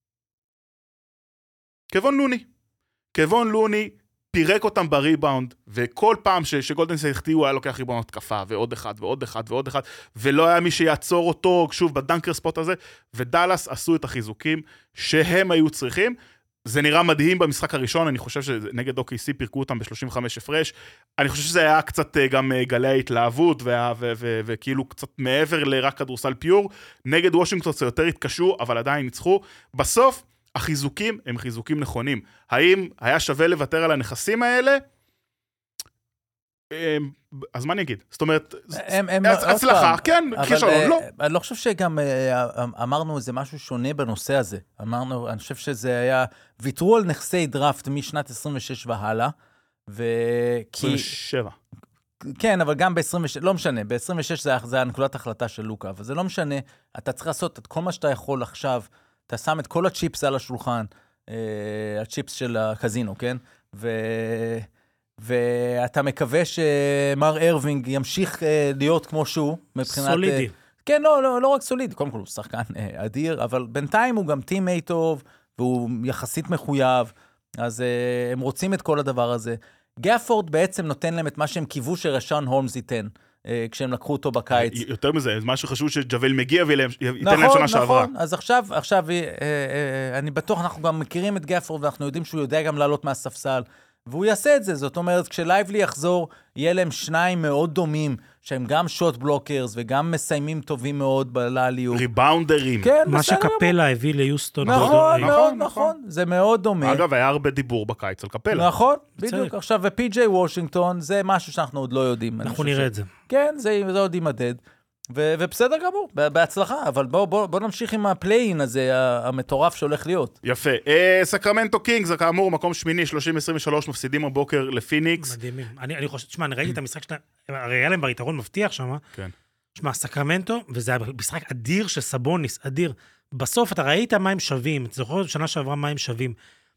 קוון לוני פירק אותם בריבאונד, וכל פעם שגולדן סטייט החטיאו, הוא היה לוקח ריבאונד התקפה, ועוד אחד, ולא היה מי שיעצור אותו, שוב, בדנקר ספוט הזה, ודלס עשו את החיזוקים שהם היו צריכים. זה נראה מדהים במשחק הראשון, אני חושב שנגד OKC פירקו אותם ב-35 הפרש, אני חושב שזה היה קצת גם גלי ההתלהבות, וכאילו קצת מעבר לרק כדורסל פיור, נגד וושינגטון זה יותר התקשו, אבל עדיין ניצחו. בסוף, החיזוקים הם חיזוקים נכונים. האם היה שווה לוותר על הנכסים האלה? אז מה אני אגיד? זאת אומרת, הצלחה, כן, כישלון, לא. אני לא חושב שגם אמרנו איזה משהו שונה בנושא הזה. אני חושב שזה היה, ויתרו על נכסי דראפט משנת 26 והלאה, 27. כן, אבל גם ב-26, לא משנה, ב-26 זה הנקודת החלטה של לוקה, אבל זה לא משנה, אתה צריך לעשות את כל מה שאתה יכול עכשיו, אתה שם את כל הצ'יפס על השולחן, הצ'יפס של הקזינו, כן? ואתה מקווה שמר ארווינג ימשיך להיות כמו שהוא, מבחינת... סולידי. כן, לא רק סולידי, קודם כל הוא שחקן אדיר, אבל בינתיים הוא גם טימי טוב, והוא יחסית מחויב, אז הם רוצים את כל הדבר הזה. גפורד בעצם נותן להם את מה שהם קיוו שרשון הולמס ייתן, כשהם לקחו אותו בקיץ. יותר מזה, זה משהו חשוב שג'וול מגיע וייתן להם שנה שעברה. נכון, אז עכשיו אני בטוח, אנחנו גם מכירים את גפורד, ואנחנו יודעים שהוא יודע גם לעלות מהספסל, והוא יעשה את זה, זאת אומרת, כשלייבלי יחזור, יהיה להם שניים מאוד דומים, שהם גם שוט בלוקרס, וגם מסיימים טובים מאוד בלעליות. ריבאונדרים. כן, מה שקפלה הביא ליוסטון. נכון, זה מאוד דומה. אגב, היה הרבה דיבור בקיץ על קפלה. נכון, בדיוק. עכשיו, ופי.ג'יי וושינגטון, זה משהו שאנחנו עוד לא יודעים. אנחנו נראה את זה. כן, זה עוד יימדד. ובסדר גמור, בהצלחה, אבל בוא נמשיך עם הפליין הזה, המטורף שהולך להיות. יפה. סקרמנטו קינגס, זה כאמור, מקום שמיני, 30-23, מפסידים הבוקר לפיניקס. מדהימים. אני חושב, תשמע, אני ראיתי את המשחק שלהם, הרי היה להם ביתרון מבטיח שם. כן. תשמע, סקרמנטו, וזה היה משחק אדיר של סבוניס, אדיר. בסוף אתה ראית מה הם שווים, אתה זוכר שנה שעברה מה הם שווים.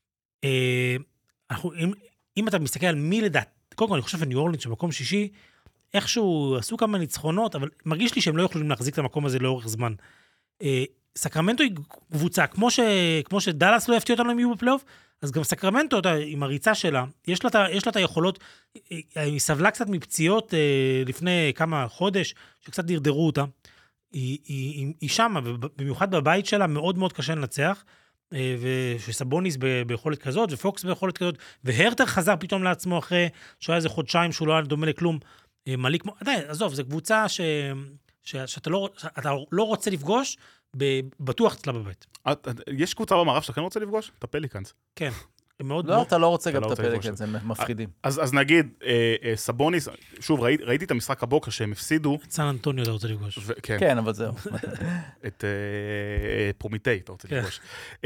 אם אתה מסתכל על מי לדעת, קודם כל אני חושב שניו אורלינס שבמקום שישי, איכשהו עשו כמה ניצחונות, אבל מרגיש לי שהם לא יכולים להחזיק את המקום הזה לאורך זמן. סקרמנטו היא קבוצה, כמו שדלס לא יפתיע אותנו אם יהיו בפלייאוף, אז גם סקרמנטו, עם הריצה שלה, יש לה את היכולות, היא סבלה קצת מפציעות לפני כמה חודש, שקצת דרדרו אותה, היא שמה, במיוחד בבית שלה, מאוד מאוד קשה לנצח, ושסבוניס ביכולת כזאת, ופוקס ביכולת כזאת, והרטר חזר פתאום לעצמו אחרי שהיה איזה חודשיים שהוא לא היה דומה לכלום, מליק, עדיין, עזוב, זו קבוצה שאתה לא רוצה לפגוש, בטוח אצלה בבית. יש קבוצה במערב שאתה כן רוצה לפגוש? את הפליקאנס. כן. לא, אתה לא רוצה גם את הפליקאנס, הם מפחידים. אז נגיד, סבוניס, שוב, ראיתי את המשחק הבוקר שהם הפסידו. את סן אנטוניו אתה רוצה לפגוש. כן, אבל זהו. את פרומיטי אתה רוצה לפגוש.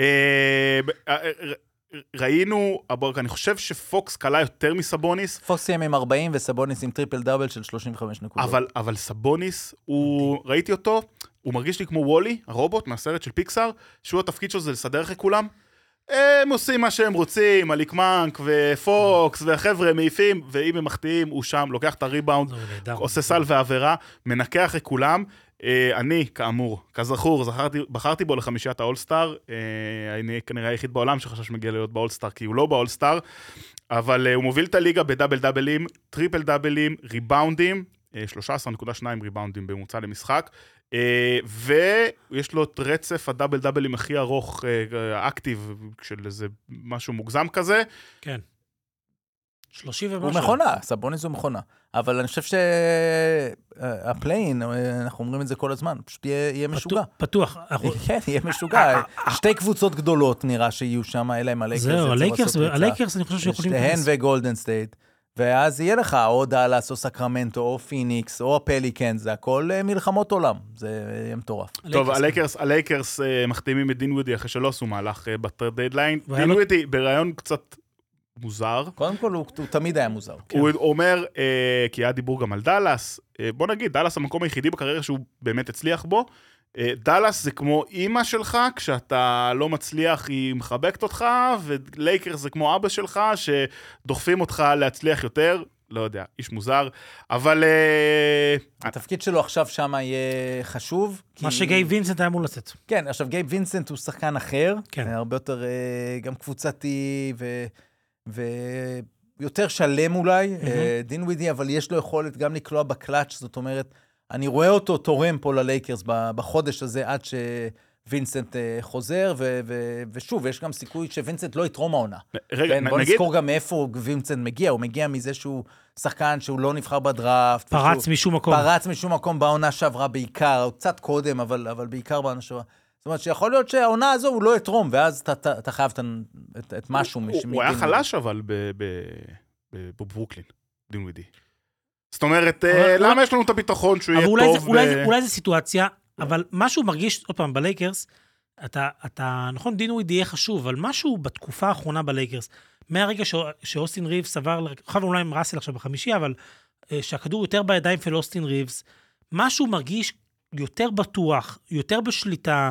ראינו, אני חושב שפוקס קלה יותר מסבוניס. פוקס סיים עם 40 וסבוניס עם טריפל דאבל של 35 נקודות. אבל סבוניס, ראיתי אותו, הוא מרגיש לי כמו וולי, הרובוט מהסרט של פיקסאר, שהוא התפקיד שלו זה לסדר אחרי כולם. הם עושים מה שהם רוצים, מליק מנק ופוקס והחבר'ה מעיפים, ואם הם מחטיאים, הוא שם, לוקח את הריבאונד, עושה סל ועבירה, מנקה אחרי כולם. אני, כאמור, כזכור, בחרתי בו לחמישיית האולסטאר, אני כנראה היחיד בעולם שחשב שמגיע להיות באולסטאר, כי הוא לא באולסטאר, אבל הוא מוביל את הליגה בדאבל דאבלים, טריפל דאבלים, ריבאונדים, 13.2 ריבאונדים בממוצע למשחק, ויש לו את רצף הדאבל דאבלים הכי ארוך, אקטיב, של איזה משהו מוגזם כזה. כן. 30 ומשהו. הוא מכונה, סבוניס הוא מכונה. אבל אני חושב שהפליין, אנחנו אומרים את זה כל הזמן, פשוט יהיה משוגע. פתוח. כן, יהיה משוגע. שתי קבוצות גדולות נראה שיהיו שם, אלה עם הלייקרס. זהו, הלייקרס אני חושב שיכולים... שתיהן וגולדן סטייט. ואז יהיה לך או דאלאס, או סקרמנטו, או פיניקס, או הפליקנס, זה הכל מלחמות עולם. זה יהיה מטורף. טוב, הלייקרס מחתימים את דין וודי אחרי שלא עשו מהלך בטרד דדליין. דין וודי ברעיון קצת מוזר. קודם כל, הוא תמיד היה מוזר. הוא אומר, כי היה דיבור גם על דאלאס, בוא נגיד, דאלאס המקום היחידי בקריירה שהוא באמת הצליח בו, דאלאס זה כמו אמא שלך, כשאתה לא מצליח היא מחבקת אותך, ולייקרס זה כמו אבא שלך, שדוחפים אותך להצליח יותר. לא יודע, איש מוזר, אבל... התפקיד שלו עכשיו שם יהיה חשוב. מה שגייב וינסנט היה אמור לצאת. כן, עכשיו גייב וינסנט הוא שחקן אחר, כן. הרבה יותר גם קבוצתי ויותר שלם אולי, דין ווידי, אבל יש לו יכולת גם לקלוע בקלאץ', זאת אומרת, אני רואה אותו תורם פה ללייקרס בחודש הזה עד ווינסנט חוזר, ושוב, יש גם סיכוי שווינסנט לא יתרום העונה. רגע, בוא נזכור גם מאיפה וינסנט מגיע, הוא מגיע מזה שהוא שחקן שהוא לא נבחר בדראפט. פרץ משום מקום. פרץ משום מקום בעונה שעברה בעיקר, קצת קודם, אבל בעיקר בעונה שעברה. זאת אומרת שיכול להיות שהעונה הזו הוא לא יתרום, ואז אתה חייב את משהו. הוא היה חלש אבל בברוקלין, דין ווידי. זאת אומרת, למה יש לנו את הביטחון שהוא יהיה טוב? אולי זו סיטואציה, אבל משהו מרגיש, עוד פעם, בלייקרס, נכון, דין ווידי יהיה חשוב, אבל משהו בתקופה האחרונה בלייקרס, מהרגע שאוסטין ריבס עבר, חייב אולי עם ראסל עכשיו בחמישי, אבל שהכדור יותר בידיים של אוסטין ריבס, משהו מרגיש יותר בטוח, יותר בשליטה,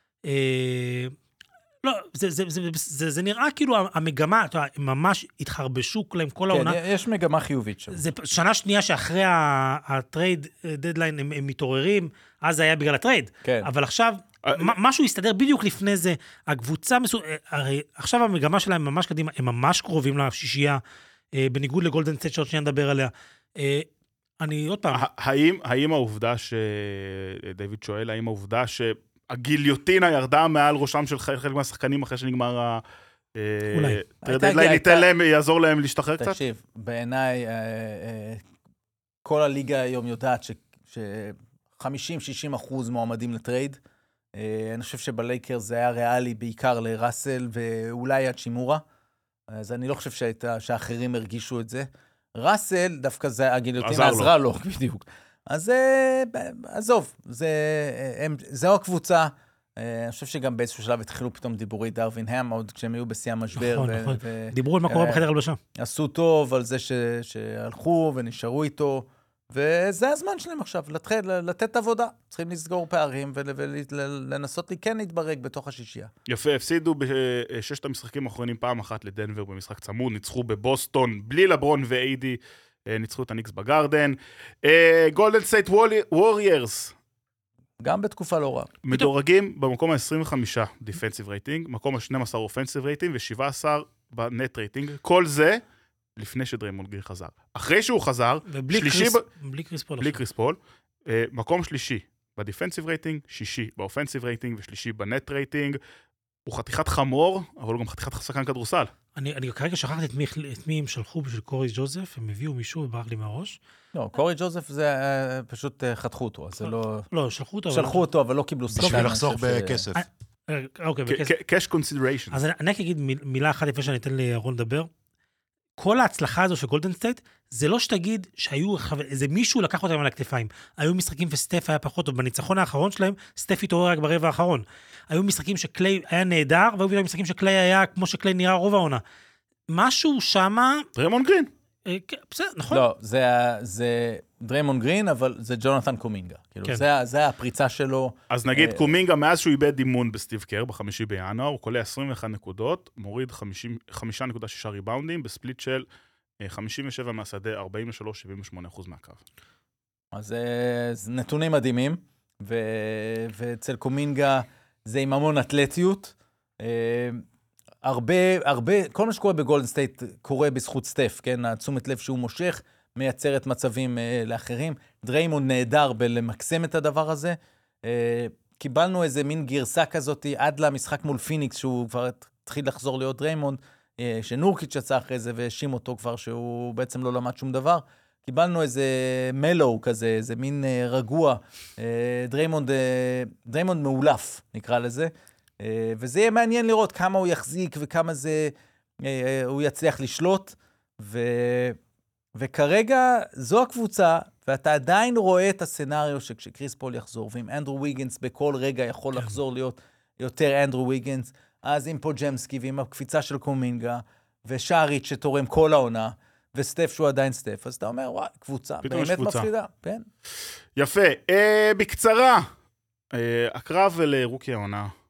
לא, זה נראה כאילו המגמה, אתה יודע, ממש התחרבשו להם כל העונה. כן, יש מגמה חיובית שם. זה שנה שנייה שאחרי הטרייד דדליין הם מתעוררים, אז זה היה בגלל הטרייד. כן. אבל עכשיו, משהו יסתדר בדיוק לפני זה, הקבוצה, הרי עכשיו המגמה שלהם ממש קדימה, הם ממש קרובים לשישייה, בניגוד לגולדן סטייט שעוד שניה נדבר עליה. אני עוד פעם... האם העובדה שדייוויד שואל, האם העובדה הגיליוטינה ירדה מעל ראשם של חלק מהשחקנים אחרי שנגמר הטרייד, יעזור להם להשתחרר קצת? תקשיב, בעיניי כל הליגה היום יודעת ש50-60% מועמדים לטרייד. אני חושב שבלייקרס זה היה ריאלי בעיקר לראסל ואולי עד שימורה. אז אני לא חושב שהאחרים הרגישו את זה. ראסל, דווקא זה הגיליוטינה עזרה לו, בדיוק. אז עזוב, זהו הקבוצה, אני חושב שגם באיזשהו שלב התחילו פתאום דיבורי דרווין האם, עוד כשהם היו בשיא המשבר. נכון. דיברו על מה קורה בחדר הלבשה. עשו טוב על זה שהלכו ונשארו איתו, וזה הזמן שלהם עכשיו, לתת עבודה. צריכים לסגור פערים ולנסות כן להתברג בתוך השישייה. יפה, הפסידו בששת המשחקים האחרונים פעם אחת לדנבר במשחק צמוד, ניצחו בבוסטון בלי לברון ואיידי, ניצחו את הניקס בגרדן. גולדן סטייט ווריירס. גם בתקופה לא רע. מדורגים במקום ה-25 דיפנסיב רייטינג, מקום ה-12 אופנסיב רייטינג ו-17 בנט רייטינג. כל זה לפני שדריימונד גרין חזר. אחרי שהוא חזר, בלי קריס פול, מקום שלישי בדיפנסיב רייטינג, שישי באופנסיב רייטינג ושלישי בנט רייטינג. הוא חתיכת חמור, אבל הוא גם חתיכת שחקן כדורסל. אני כרגע שכחתי את מי הם שלחו בשביל קורי ג'וזף, הם הביאו מישהו וברח לי מהראש. לא, קורי ג'וזף זה פשוט חתכו אותו, אז זה לא... לא, שלחו אותו. שלחו אותו, אבל לא קיבלו שחקן. בשביל לחסוך בכסף. אוקיי, cash consideration. אז אני אגיד מילה אחת לפני שאני אתן לירון לדבר. כל ההצלחה הזו של גולדן סטייט, זה לא שתגיד שהיו, איזה מישהו לקח אותם על הכתפיים. היו משחקים וסטף היה פחות טוב. בניצחון האחרון שלהם, סטף התעורר רק ברבע האחרון. היו משחקים שקליי היה נהדר, והיו משחקים שקליי היה כמו שקליי נראה רוב העונה. משהו שמה... דריימונד גרין. בסדר, נכון? לא, זה דריימונד גרין, אבל זה ג'ונתן קומינגה. כאילו, זה הפריצה שלו. אז נגיד קומינגה, מאז שהוא איבד אימון בסטיב קר, ב5 בינואר, הוא קולע 21 נקודות, מוריד 5.6 ריבאונדים, בספליט של 57 מהשדה, 43-78% מהקו. אז זה נתונים מדהימים, ואצל קומינגה זה עם המון אתלטיות. הרבה, כל מה שקורה בגולדן סטייט קורה בזכות סטף, כן? התשומת לב שהוא מושך, מייצרת מצבים לאחרים. דריימונד נהדר בלמקסם את הדבר הזה. קיבלנו איזה מין גרסה כזאת עד למשחק מול פיניקס, שהוא כבר התחיל לחזור להיות דריימונד, שנורקיץ' יצא אחרי זה והאשים אותו כבר שהוא בעצם לא למד שום דבר. קיבלנו איזה מלו כזה, איזה מין רגוע, דריימונד מאולף, נקרא לזה. וזה יהיה מעניין לראות כמה הוא יחזיק וכמה הוא יצליח לשלוט. וכרגע זו הקבוצה, ואתה עדיין רואה את הסצנריו שכשקריס פול יחזור, ואם אנדרו ויגנס בכל רגע יכול לחזור להיות יותר אנדרו ויגנס, אז עם פוג'מסקי ועם הקפיצה של קומינגה, ושאריץ' שתורם כל העונה, וסטף שהוא עדיין סטף, אז אתה אומר, וואי, קבוצה באמת מפחידה. כן. יפה. בקצרה, הקרב לרוקי העונה,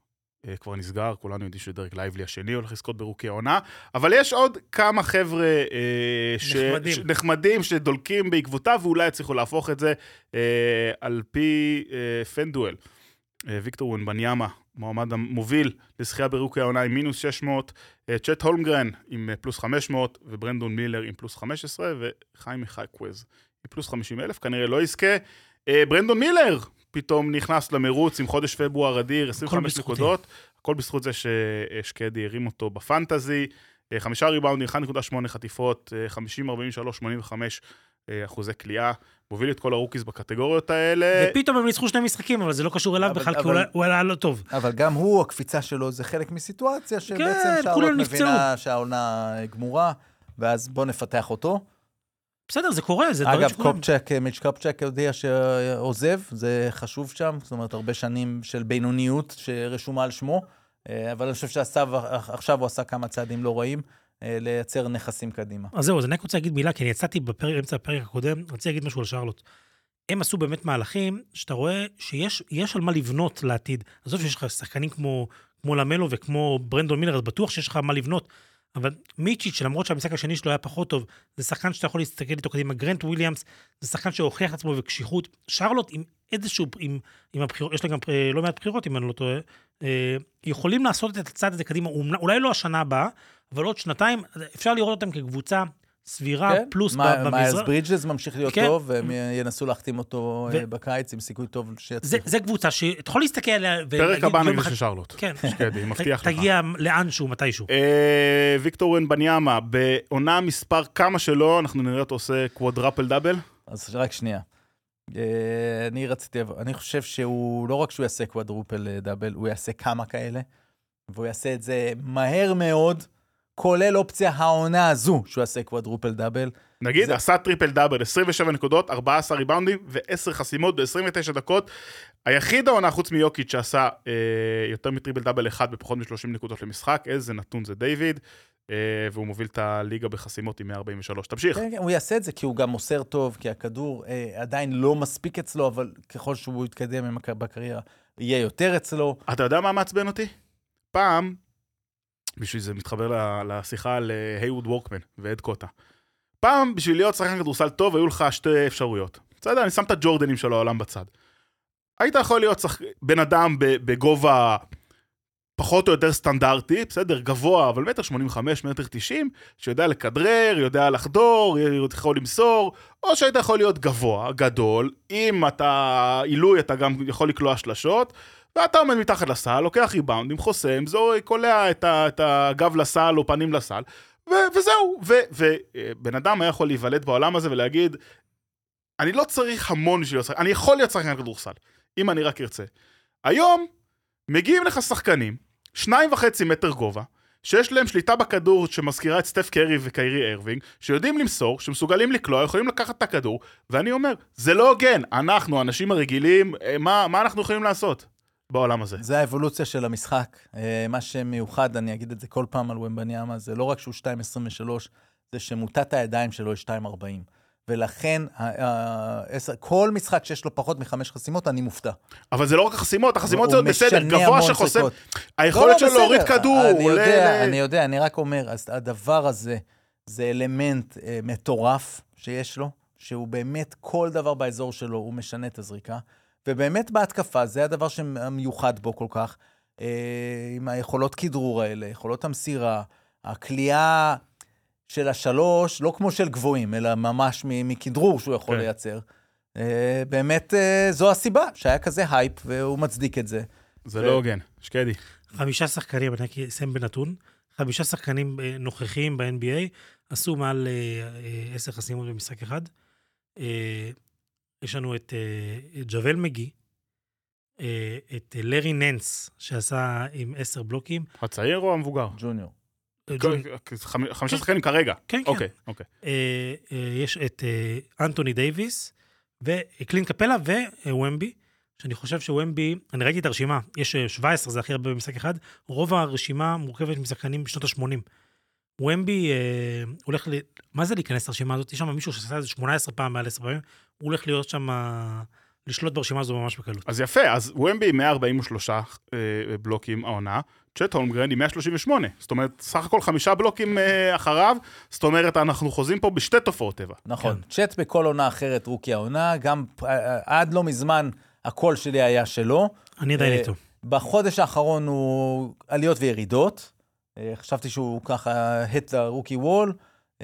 כבר נסגר, כולנו יודעים שדרק לייבלי השני הולך לזכות ברוקי העונה, אבל יש עוד כמה חבר'ה נחמדים שדולקים בעקבותיו, ואולי יצליחו להפוך את זה על פי פנדואל. ויקטור וונבניאמה, מועמד המוביל לזכייה ברוקי העונה עם מינוס 600, צ'ט הולמגרן עם פלוס 500, וברנדון מילר עם פלוס 15, וחיים מיכאיקווז עם פלוס 50,000, כנראה לא יזכה. ברנדון מילר פתאום נכנס למרוץ עם חודש פברואר אדיר, 25 נקודות, הכל בזכות זה ששקדי הרים אותו בפנטזי, 5 ריבאונדים, 1.8 חטיפות, 50, 43, 85 אחוזי קליעה, מוביל את כל הרוקיז בקטגוריות האלה. ופתאום הם ניצחו 2 משחקים, אבל זה לא קשור אליו בכלל, כי הוא היה לא טוב. אבל גם הוא, הקפיצה שלו, זה חלק מסיטואציה שבעצם שרלוט מבינה שהעונה גמורה, ואז בוא נפתח אותו. בסדר, זה קורה, זה דברים שקורה. אגב, מיץ' קופצ'ק יודע שעוזב, זה חשוב שם, זאת אומרת, הרבה שנים של בינוניות שרשומה על שמו, אבל אני חושב שעכשיו הוא עשה כמה צעדים לא רעים, לייצר נכסים קדימה. אז זהו, אז אני רוצה להגיד מילה, כי אני יצאתי באמצע הפרק הקודם, אני רוצה להגיד משהו על שרלוט. הם עשו באמת מהלכים, שאתה רואה שיש על מה לבנות לעתיד. עזוב שיש לך שחקנים כמו למלו וכמו ברנדון מילר, אז בטוח שיש לך מה לבנות. אבל מיצ'יץ', שלמרות שהמשחק השני שלו היה פחות טוב, זה שחקן שאתה יכול להסתכל איתו קדימה. גרנט וויליאמס, זה שחקן שהוכיח את עצמו בקשיחות. שרלוט, עם איזשהו, עם הבחירות, יש לה גם לא מעט בחירות, אם אני לא טועה, יכולים לעשות את הצעד הזה קדימה, אולי לא השנה הבאה, אבל עוד שנתיים, אפשר לראות אותם כגבוצה סבירה, פלוס במזרח. מיילס ברידג'ס ממשיך להיות טוב, והם ינסו להחתים אותו בקיץ עם סיכוי טוב שיצליח. זה קבוצה שאתה יכול להסתכל עליה, פרק הבא נגיד של שרלוט. כן. שקדי, מבטיח לך. תגיע לאנשהו, מתישהו. ויקטור וונבניאמה, בעונה מספר כמה שלו, אנחנו נראה אותו עושה קוואדרפל דאבל? אז רק שנייה. אני חושב שהוא, לא רק שהוא יעשה קוואדרופל דאבל, הוא יעשה כמה כאלה, והוא יעשה את זה מהר מאוד, כולל אופציה העונה הזו, שהוא יעשה קוואדרופל דאבל. נגיד, עשה טריפל דאבל, 27 נקודות, 14 ריבאונדים ו10 חסימות ב-29 דקות. היחיד העונה חוץ מיוקיץ' שעשה יותר מטריפל דאבל אחד בפחות מ-30 נקודות למשחק, איזה נתון זה דיוויד, והוא מוביל את הליגה בחסימות עם 143. תמשיך. כן, הוא יעשה את זה כי הוא גם מוסר טוב, כי הכדור עדיין לא מספיק אצלו, אבל ככל שהוא יתקדם בקריירה, יהיה יותר אצלו. אתה יודע מה מעצבן אותי? פעם, בשביל זה מתחבר לשיחה על היווד וורקמן ועד קוטה. פעם, בשביל להיות שחקן כדורסל טוב, היו לך שתי אפשרויות. בסדר, אני שם את הג'ורדנים של העולם בצד. היית יכול להיות בן אדם בגובה פחות או יותר סטנדרטי, בסדר, גבוה, אבל 1.85 מטר, 1.90, שיודע לכדרר, יודע לחדור, יכול למסור, או שהיית יכול להיות גבוה, גדול, אם אתה עילוי, אתה גם יכול לקלוע שלשות, ואתה עומד מתחת לסל, לוקח ריבאונדים, חוסם, זו קולע את הגב לסל או פנים לסל, וזהו. ובן אדם היה יכול להיוולד בעולם הזה ולהגיד, אני לא צריך המון בשביל להיות שחקן, אני יכול להיות שחקן כדורסל, אם אני רק ארצה. היום מגיעים לך שחקנים, 2.5 מטר גובה, שיש להם שליטה בכדור שמזכירה את סטף קרי וקיירי ארווינג, שיודעים למסור, שמסוגלים לקלוע, יכולים לקחת את הכדור, ואני אומר, זה לא הוגן, אנחנו, האנשים הרגילים, מה אנחנו יכולים לעשות בעולם הזה? זה האבולוציה של המשחק. מה שמיוחד, אני אגיד את זה כל פעם על וונבניאמה, זה לא רק שהוא 2.23, זה שמוטת הידיים שלו היא 2.40. ולכן, כל משחק שיש לו פחות מ5 חסימות, אני מופתע. אבל זה לא רק החסימות, החסימות זה עוד בסדר, גבוה שחוסם. היכולת שלו להוריד כדור. אני יודע, אני רק אומר, הדבר הזה, זה אלמנט מטורף שיש לו, שהוא באמת כל דבר באזור שלו, הוא משנה את הזריקה, ובאמת בהתקפה, זה הדבר שמיוחד בו כל כך, עם היכולות כדרור האלה, יכולות המסירה, הקליעה של השלוש, לא כמו של גבוהים, אלא ממש מכדרור שהוא יכול לייצר. באמת, זו הסיבה, שהיה כזה הייפ, והוא מצדיק את זה. זה לא הוגן, שקדי. 5 שחקנים, אני אסיים בנתון, 5 שחקנים נוכחים ב-NBA, עשו מעל 10 חסימות במשחק אחד. יש לנו את ג'וול מגי, את לרי ננס, שעשה עם 10 בלוקים. הצעיר או המבוגר? ג'וניור. 5 שחקנים כרגע. כן, כן. אוקיי. יש את אנטוני דייביס, וקלין קפלה ווומבי, שאני חושב שוומבי, אני ראיתי את הרשימה, יש 17, זה הכי הרבה במשחק אחד, רוב הרשימה מורכבת משחקנים בשנות ה-80. וומבי הולך, מה זה להיכנס לרשימה הזאת? יש שם מישהו שעשה את זה 18 פעם מעל 10 פעמים, הוא הולך להיות שם לשלוט ברשימה הזו ממש בקלות. אז יפה, אז ומבי 143 בלוקים העונה, צ'ט הולמגרן היא 138, זאת אומרת, סך הכל 5 בלוקים אחריו, זאת אומרת, אנחנו חוזים פה בשתי תופעות טבע. נכון, צ'ט בכל עונה אחרת רוקי העונה, גם עד לא מזמן הקול שלי היה שלו. אני עדיין איתו. בחודש האחרון הוא עליות וירידות, חשבתי שהוא ככה hit הרוקי וול,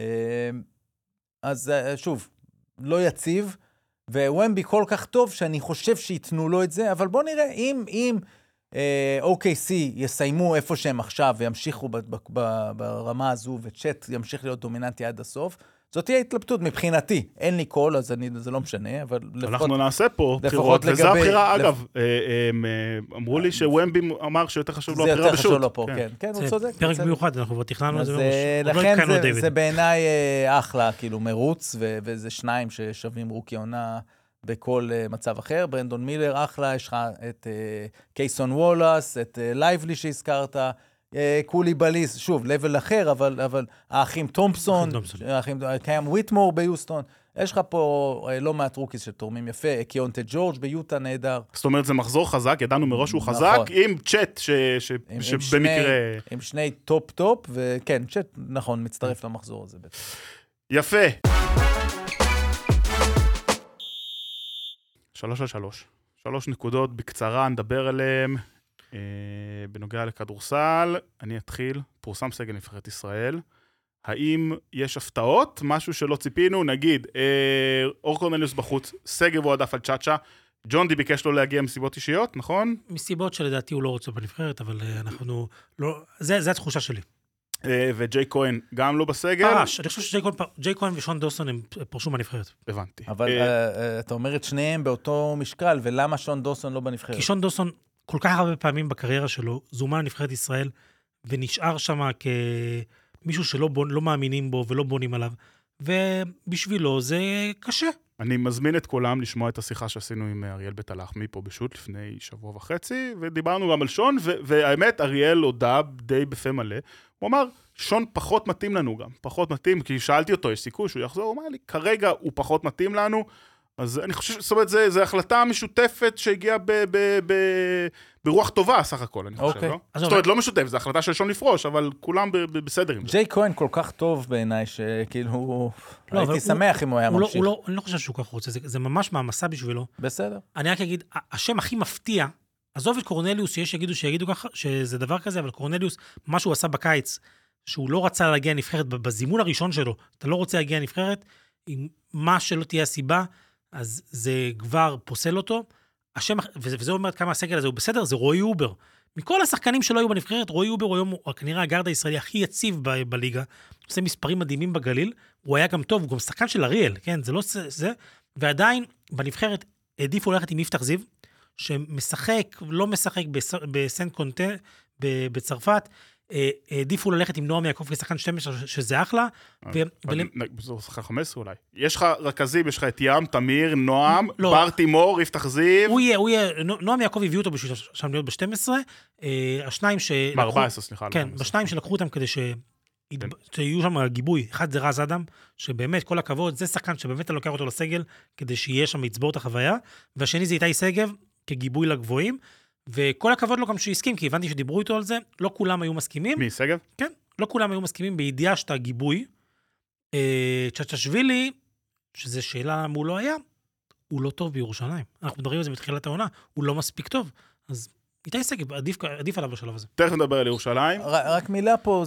אז שוב, לא יציב, ווומבי כל כך טוב שאני חושב שיתנו לו את זה, אבל בוא נראה, אם OKC יסיימו איפה שהם עכשיו, וימשיכו ברמה הזו, וצ'ט ימשיך להיות דומיננטי עד הסוף, זאת תהיה התלבטות מבחינתי. אין לי קול, אז זה לא משנה, אבל לפחות... אנחנו נעשה פה בחירות, וזה הבחירה, אגב, אמרו לי שוומבי אמר שיותר חשוב לו הבחירה בשוט. זה יותר חשוב לו פה, כן, הוא צודק. פרק מיוחד, אנחנו כבר תכננו את זה מראש. לכן זה בעיניי אחלה, כאילו מרוץ, וזה שניים ששווים רוקי עונה בכל מצב אחר. ברנדון מילר אחלה, יש לך את קייסון וולאס, את לייבלי שהזכרת, קולי בליס, שוב, לבל אחר, אבל האחים תומפסון, קיים וויטמור ביוסטון, יש לך פה לא מעט רוקיס שתורמים יפה, קיונטה ג'ורג' ביוטה נהדר. זאת אומרת, זה מחזור חזק, ידענו מראש שהוא חזק, עם צ'ט שבמקרה... עם שני טופ, וכן, צ'ט, נכון, מצטרף למחזור הזה. יפה. 3-3. 3 נקודות, בקצרה, נדבר עליהם. בנוגע לכדורסל, אני אתחיל, פורסם סגל נבחרת ישראל. האם יש הפתעות? משהו שלא ציפינו? נגיד, אור קורנליוס בחוץ, סגב הוא עדף על צ'אצ'ה, ג'ון די ביקש לו להגיע מסיבות אישיות, נכון? מסיבות שלדעתי הוא לא רוצה בנבחרת, אבל אנחנו לא... זה התחושה שלי. וג'יי כהן גם לא בסגל. אני חושב שג'יי כהן ושון דוסון הם פרשו בנבחרת. הבנתי. אבל אתה אומר את שניהם באותו משקל, ולמה שון דוסון לא בנבחרת? כי שון דוסון כל כך הרבה פעמים בקריירה שלו, זומן לנבחרת ישראל, ונשאר שם כמישהו שלא מאמינים בו ולא בונים עליו, ובשבילו זה קשה. אני מזמין את כולם לשמוע את השיחה שעשינו עם אריאל בית הלחמי פה בשוט לפני שבוע וחצי, ודיברנו גם על שון, והאמת, אריאל הודע די בפה מלא, הוא אמר, שון פחות מתאים לנו גם, פחות מתאים, כי שאלתי אותו, יש סיכוי שהוא יחזור, הוא אמר לי, כרגע הוא פחות מתאים לנו, אז אני חושב, זאת אומרת, זו החלטה משותפת שהגיעה ברוח טובה, סך הכל, אני חושב, לא? זאת אומרת, לא משותף, זו החלטה של שון לפרוש, אבל כולם בסדר עם זה. ג'יי כהן כל כך טוב בעיניי, שכאילו, הייתי שמח אם הוא היה ממשיך. אני לא חושב שהוא כך רוצה, זה ממש מעמסה בשבילו. בסדר. אני רק אגיד, השם הכי מפתיע, עזוב את קורנליוס, שיגידו ככה, שזה דבר כזה, אבל קורנליוס, מה שהוא עשה בקיץ, שהוא לא רצה להגיע נבחרת, בזימון הראשון שלו, אתה לא רוצה להגיע נבחרת, עם מה שלא תהיה הסיבה, אז זה כבר פוסל אותו. השם, וזה אומר כמה הסגל הזה הוא בסדר, זה רועי אובר. מכל השחקנים שלא היו בנבחרת, רועי אובר הוא היום כנראה הגארד הישראלי הכי יציב בליגה, עושה מספרים מדהימים בגליל, הוא היה גם טוב, הוא גם שחקן של אריאל, כן, זה לא זה, ועדיין בנבחרת העדיפו ללכת עם יפתח זיו, שמשחק, לא משחק בסן קונטה, בצרפת, העדיפו ללכת עם נועם יעקב כשחקן 12, שזה אחלה. זה שחקן 15 אולי. יש לך רכזים, יש לך את ים, תמיר, נועם, בר תימור, יפתח זיו. הוא יהיה, נועם יעקב הביאו אותו בשביל שם להיות ב-12, השניים ב-14, סליחה. כן, בשניים שלקחו אותם כדי שיהיו שם גיבוי. אחד זה רז אדם, שבאמת כל הכבוד, זה שחקן שבאמת אתה לוקח אותו לסגל, כדי שיהיה שם לצבור את החוויה, והשני זה איתי סגב, כגיבוי לגבוהים, וכל הכבוד לו גם שהסכים, כי הבנתי שדיברו איתו על זה, לא כולם היו מסכימים. מי, סגב? כן, לא כולם היו מסכימים בידיעה שאתה גיבוי. צ'צ'שווילי, שזו שאלה למה הוא לא היה, הוא לא טוב בירושלים. אנחנו מדברים על זה בתחילת העונה, הוא לא מספיק טוב. אז איתי סגב, עדיף עליו בשלב הזה. תכף נדבר על ירושלים. רק מילה פה,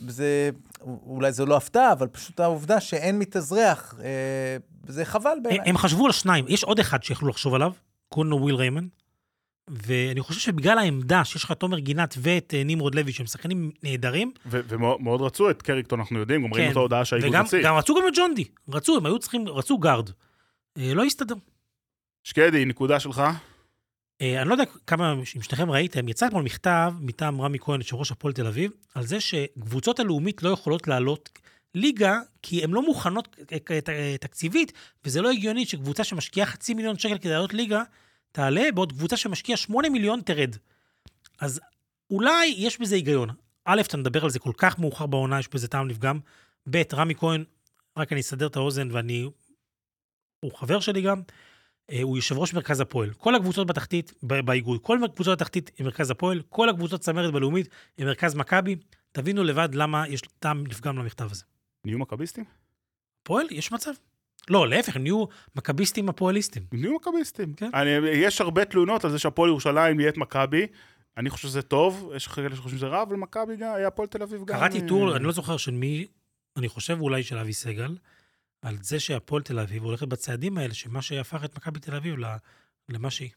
אולי זו לא הפתעה, אבל פשוט העובדה שאין מתאזרח, זה חבל בעיניי. הם חשבו על שניים, יש עוד אחד שיכלו לחשוב עליו, קוראים לו וויל ריימן, ואני חושב שבגלל העמדה שיש לך תומר גינת ואת נמרוד לוי, שהם שחקנים נהדרים. ומאוד רצו את קריקטון, אנחנו יודעים, אומרים אותו הודעה שהאיגוד הציג. וגם רצו גם את ג'ונדי, הם היו צריכים, רצו גארד. לא הסתדר. שקדי, נקודה שלך? אני לא יודע כמה, אם שניכם ראיתם, יצא אתמול מכתב מטעם רמי כהן, יושב ראש הפועל תל אביב, על זה שקבוצות הלאומית לא יכולות לעלות ליגה, כי הן לא מוכנות תקציבית, וזה לא הגיוני שקבוצה שמשקיעה 500,000 שקל כדי לעלות ליגה, תעלה, בעוד קבוצה שמשקיעה 8 מיליון תרד. אז אולי יש בזה היגיון. א', אתה מדבר על זה כל כך מאוחר בעונה, יש בזה טעם לפגם. ב', רמי כהן, רק אני אסדר את האוזן, הוא חבר שלי גם. הוא יושב ראש מרכז הפועל. כל הקבוצות בתחתית, באיגוד, כל הקבוצות בתחתית עם מרכז הפועל, כל הקבוצות צמרת בלאומית עם מרכז מכבי. תבינו לבד למה יש טעם לפגם למכתב הזה. נהיו מכביסטים? פועל, יש מצב. לא, להפך, הם נהיו מכביסטים הפועליסטים. נהיו מכביסטים. כן. יש הרבה תלונות על זה שהפועל ירושלים נהיית מכבי. אני חושב שזה טוב, יש כאלה שחושבים שזה רע, אבל מכבי גם, היה הפועל תל אביב גם. קראתי טור, אני לא זוכר של מי, אני חושב אולי של אבי סגל, על זה שהפועל תל אביב הולכת בצעדים האלה, שמה שהפך את מכבי תל אביב למה שהיא.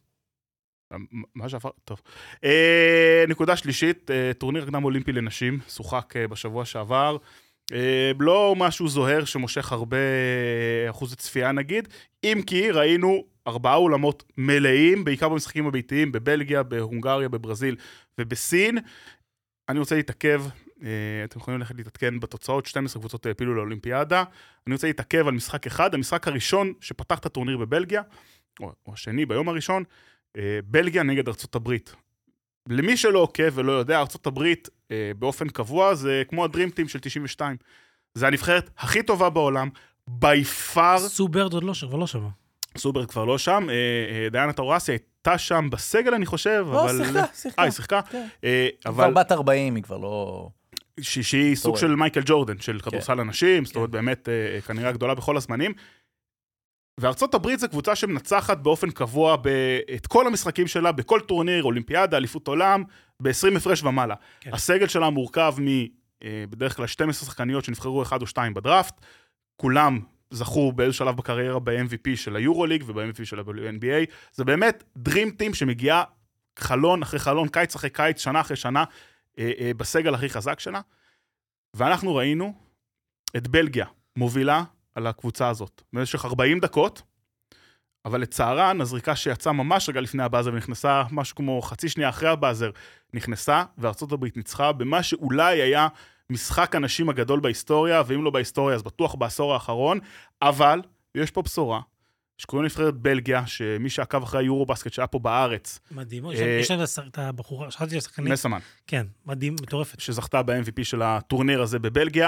מה שהפך, טוב. נקודה שלישית, טורניר קדם אולימפי לנשים, שוחק בשבוע שעבר. לא משהו זוהר שמושך הרבה אחוז צפייה נגיד, אם כי ראינו 4 אולמות מלאים, בעיקר במשחקים הביתיים, בבלגיה, בהונגריה, בברזיל ובסין. אני רוצה להתעכב, אתם יכולים ללכת להתעדכן בתוצאות, 12 קבוצות העפילו לאולימפיאדה. אני רוצה להתעכב על משחק אחד, המשחק הראשון שפתח את הטורניר בבלגיה, או השני ביום הראשון, בלגיה נגד ארצות הברית. למי שלא עוקב ולא יודע, ארצות הברית באופן קבוע זה כמו הדרימטים של 92. זה הנבחרת הכי טובה בעולם, ביפר. סוברד עוד לא שם. סוברד כבר לא שם, דיינה טאורסי הייתה שם בסגל אני חושב, לא, אבל... שיחקה. היא שיחקה. כבר בת 40, היא כבר לא... שהיא סוג של מייקל ג'ורדן, של כדורסל אנשים, זאת אומרת באמת כנראה הגדולה בכל הזמנים. וארצות הברית זה קבוצה שמנצחת באופן קבוע את כל המשחקים שלה, בכל טורניר, אולימפיאדה, אליפות עולם, ב-20 הפרש ומעלה. כן. הסגל שלה מורכב בדרך כלל 12 שחקניות שנבחרו 1 או 2 בדראפט, כולם זכו באיזשהו שלב בקריירה ב-MVP של היורוליג וב-MVP של ה-NBA. זה באמת דרים טים שמגיעה חלון אחרי חלון, קיץ אחרי קיץ, שנה אחרי שנה, בסגל הכי חזק שלה. ואנחנו ראינו את בלגיה מובילה על הקבוצה הזאת, במשך 40 דקות, אבל לצערן, הזריקה שיצאה ממש רגע לפני הבאזר, ונכנסה משהו כמו חצי שנייה אחרי הבאזר, נכנסה, וארצות הברית ניצחה, במה שאולי היה משחק הנשים הגדול בהיסטוריה, ואם לא בהיסטוריה, אז בטוח בעשור האחרון, אבל יש פה בשורה, שקוראים נבחרת בלגיה, שמי שעקב אחרי היורובסקט שהיה פה בארץ. מדהים, יש לנו את הבחורה, שחרתי לשחקנית. מסמן. כן, מדהים, מטורפת. שזכתה ב-MVP של הטורניר הזה בבלגיה.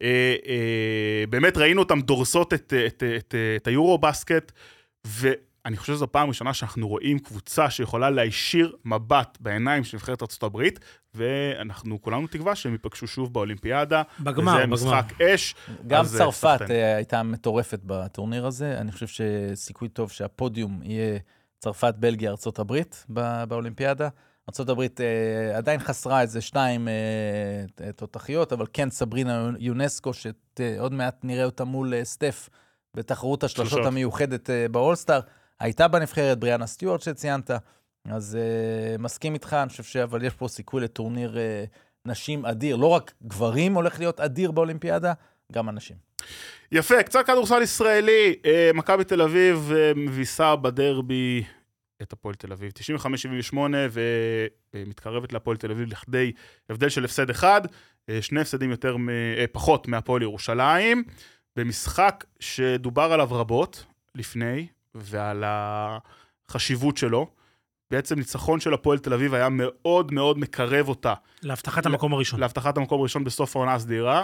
באמת ראינו אותם דורסות את היורובסקט, ואני חושב שזו פעם ראשונה שאנחנו רואים קבוצה שיכולה להישיר מבט בעיניים של נבחרת ארצות הברית, ואנחנו כולנו תקווה שהם ייפגשו שוב באולימפיאדה. בגמר. וזה משחק אש. גם צרפת הייתה מטורפת בטורניר הזה. אני חושב שסיכוי טוב שהפודיום יהיה צרפת, בלגיה, ארצות הברית באולימפיאדה. ארצות הברית עדיין חסרה איזה 2 תותחיות, אבל כן סברינה יונסקו, שעוד מעט נראה אותה מול סטף, בתחרות השלושות המיוחדת באולסטאר, הייתה בנבחרת בריאנה סטיוארט שציינת, אז מסכים איתך, אני חושב אבל יש פה סיכוי לטורניר נשים אדיר, לא רק גברים הולך להיות אדיר באולימפיאדה, גם אנשים. יפה, קצת כדורסל ישראלי, מכבי תל אביב מביסה בדרבי את הפועל תל אביב, 95-78, ומתקרבת להפועל תל אביב לכדי הבדל של הפסד אחד, 2 הפסדים פחות מהפועל ירושלים, במשחק שדובר עליו רבות לפני, ועל החשיבות שלו, בעצם ניצחון של הפועל תל אביב היה מאוד מאוד מקרב אותה. להבטחת המקום הראשון. להבטחת המקום הראשון בסוף העונה הסדירה,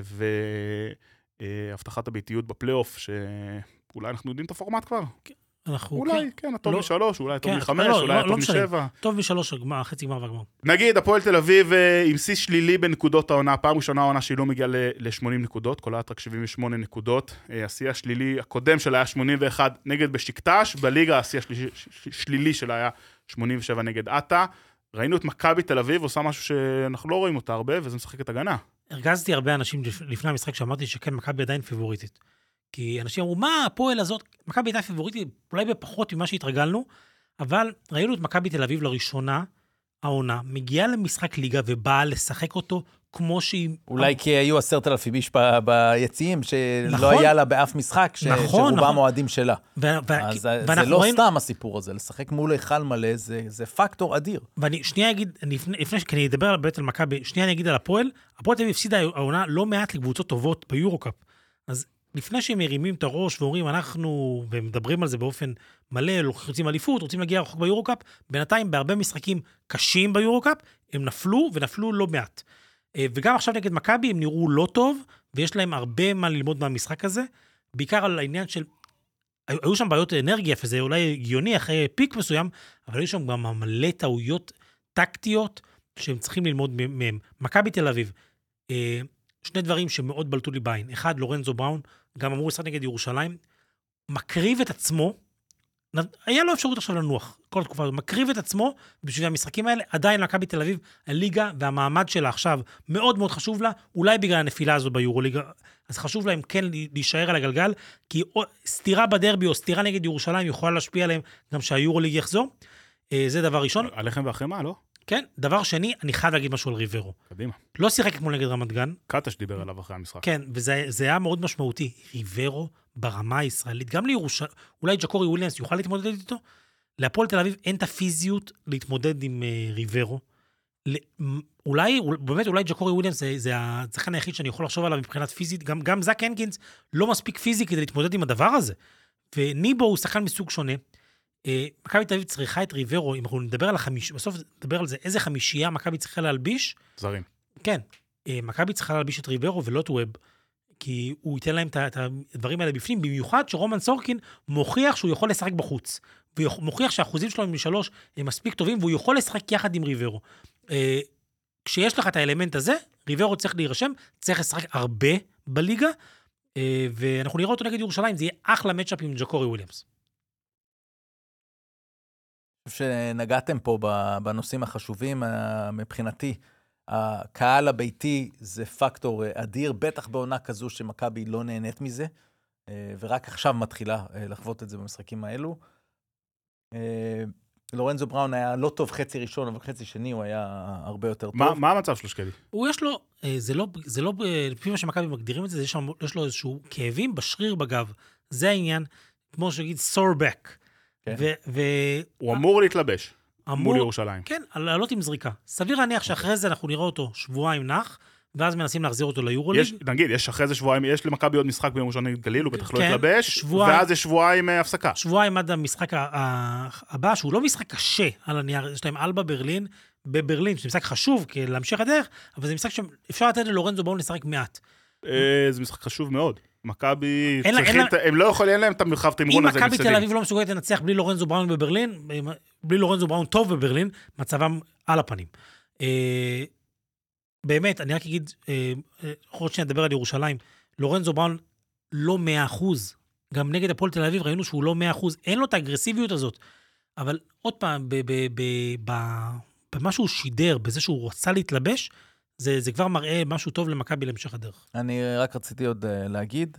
והבטחת הביתיות בפלייאוף, שאולי אנחנו יודעים את הפורמט כבר. אולי, כן, הטוב מ3, אולי הטוב מ5, אולי הטוב מ7. טוב מ3, חצי גמר והגמר. נגיד, הפועל תל אביב עם שיא שלילי בנקודות העונה, פעם ראשונה העונה שהיא לא מגיעה ל-80 נקודות, כוללת רק 78 נקודות. השיא השלילי הקודם שלה היה 81 נגד בשקטש, בליגה השיא השלילי שלה היה 87 נגד עטה. ראינו את מכבי תל אביב, עושה משהו שאנחנו לא רואים אותה הרבה, וזה משחקת הגנה. הרגזתי הרבה אנשים לפני המשחק שאמרתי שכן, מכבי עדיין פיבוריטית. כי אנשים אמרו, מה הפועל הזאת? מכבי הייתה פיבוריטית, אולי בפחות ממה שהתרגלנו, אבל ראינו את מכבי תל אביב לראשונה, העונה, מגיעה למשחק ליגה ובאה לשחק אותו כמו שהיא... אולי כי היו 10,000 איש ביציעים, שלא היה לה באף משחק, שרובם אוהדים שלה. אז זה לא סתם הסיפור הזה, לשחק מול היכל מלא, זה פקטור אדיר. ואני שנייה אגיד, לפני שאני אדבר באמת על מכבי, שנייה אני אגיד על הפועל, הפועל תל אביב הפסידה העונה לא מעט לקבוצות טובות ביורוקאפ. אז לפני שהם מרימים את הראש ואומרים, אנחנו, ומדברים על זה באופן מלא, רוצים אליפות, רוצים להגיע רחוק ביורוקאפ, בינתיים בהרבה משחקים קשים ביורוקאפ, הם נפלו ונפלו לא מעט. וגם עכשיו נגד מכבי הם נראו לא טוב, ויש להם הרבה מה ללמוד מהמשחק הזה, בעיקר על העניין של היו שם בעיות אנרגיה, וזה אולי הגיוני אחרי פיק מסוים, אבל היו שם גם מלא טעויות טקטיות שהם צריכים ללמוד מהם. מכבי תל אביב, שני דברים שמאוד בלטו לי בעין. אחד, לורנזו בראון, גם אמור לשחק נגד ירושלים, מקריב את עצמו, היה לו אפשרות עכשיו לנוח, כל התקופה הזאת, מקריב את עצמו בשביל המשחקים האלה, עדיין מכבי תל אביב, הליגה והמעמד שלה עכשיו מאוד מאוד חשוב לה, אולי בגלל הנפילה הזו ביורוליגה, אז חשוב להם כן להישאר על הגלגל, כי סתירה בדרבי או סתירה נגד ירושלים יכולה להשפיע עליהם גם שהיורוליג יחזור, זה דבר ראשון. עליכם ואחרי מה, לא? כן, דבר שני, אני חייב להגיד משהו על ריברו. קדימה. לא שיחק כמו נגד רמת גן. קטש דיבר עליו אחרי המשחק. כן, וזה היה מאוד משמעותי. ריברו ברמה הישראלית, גם לירושלים, אולי ג'קורי וויליאמס יוכל להתמודד איתו, להפועל תל אביב אין את הפיזיות להתמודד עם ריברו. אולי ג'קורי וויליאמס זה השחקן היחיד שאני יכול לחשוב עליו מבחינת פיזית, גם זאק הנקינס לא מספיק פיזי כדי להתמודד עם הדבר הזה. וניבו הוא שחקן מסוג שונה. מכבי תל אביב צריכה את ריברו, אם אנחנו נדבר על בסוף נדבר על זה, איזה חמישייה מכבי צריכה להלביש. זרים. כן, מכבי צריכה להלביש את ריברו ולא את ווב, כי הוא ייתן להם את הדברים האלה בפנים, במיוחד שרומן סורקין מוכיח שהוא יכול לשחק בחוץ, ומוכיח שהאחוזים שלו משלוש הם מספיק טובים, והוא יכול לשחק יחד עם ריברו. כשיש לך את האלמנט הזה, ריברו צריך להירשם, צריך לשחק הרבה בליגה, ואנחנו נראה אותו נגד ירושלים, זה יהיה אחלה מצ'אפ עם ג'קורי וויליאמס. שנגעתם פה בנושאים החשובים, מבחינתי, הקהל הביתי זה פקטור אדיר, בטח בעונה כזו שמכבי לא נהנית מזה, ורק עכשיו מתחילה לחוות את זה במשחקים האלו. לורנזו בראון היה לא טוב חצי ראשון, אבל חצי שני הוא היה הרבה יותר טוב. מה המצב שלו, שקדי? הוא יש לו, זה לא, לפי מה שמכבי מגדירים את זה, יש לו איזשהו כאבים בשריר בגב. זה העניין, כמו שגיד, sore back. הוא אמור להתלבש מול ירושלים. כן, לעלות עם זריקה. סביר להניח שאחרי זה אנחנו נראה אותו שבועיים נח, ואז מנסים להחזיר אותו ליורוליג. נגיד, יש אחרי זה שבועיים, יש למכבי עוד משחק ביום ראשון נגד גליל, הוא בטח לא יתלבש, ואז יש שבועיים הפסקה. שבועיים עד המשחק הבא, שהוא לא משחק קשה על הנייר, יש להם אלבה ברלין, בברלין, שזה משחק חשוב להמשך הדרך, אבל זה משחק שאפשר לתת ללורנזו בראון לשחק מעט. זה משחק חשוב מאוד. מכבי צריכים, הם לא יכולים, אין להם את המרחב תמרון הזה. אם מכבי תל אביב לא מסוגלת לנצח בלי לורנזו בראון בברלין, בלי לורנזו בראון טוב בברלין, מצבם על הפנים. באמת, אני רק אגיד, עוד שניה לדבר על ירושלים, לורנזו בראון לא 100%, גם נגד הפועל תל אביב ראינו שהוא לא 100%, אין לו את האגרסיביות הזאת, אבל עוד פעם, במה שהוא שידר, בזה שהוא רצה להתלבש, זה כבר מראה משהו טוב למכבי להמשך הדרך. אני רק רציתי עוד להגיד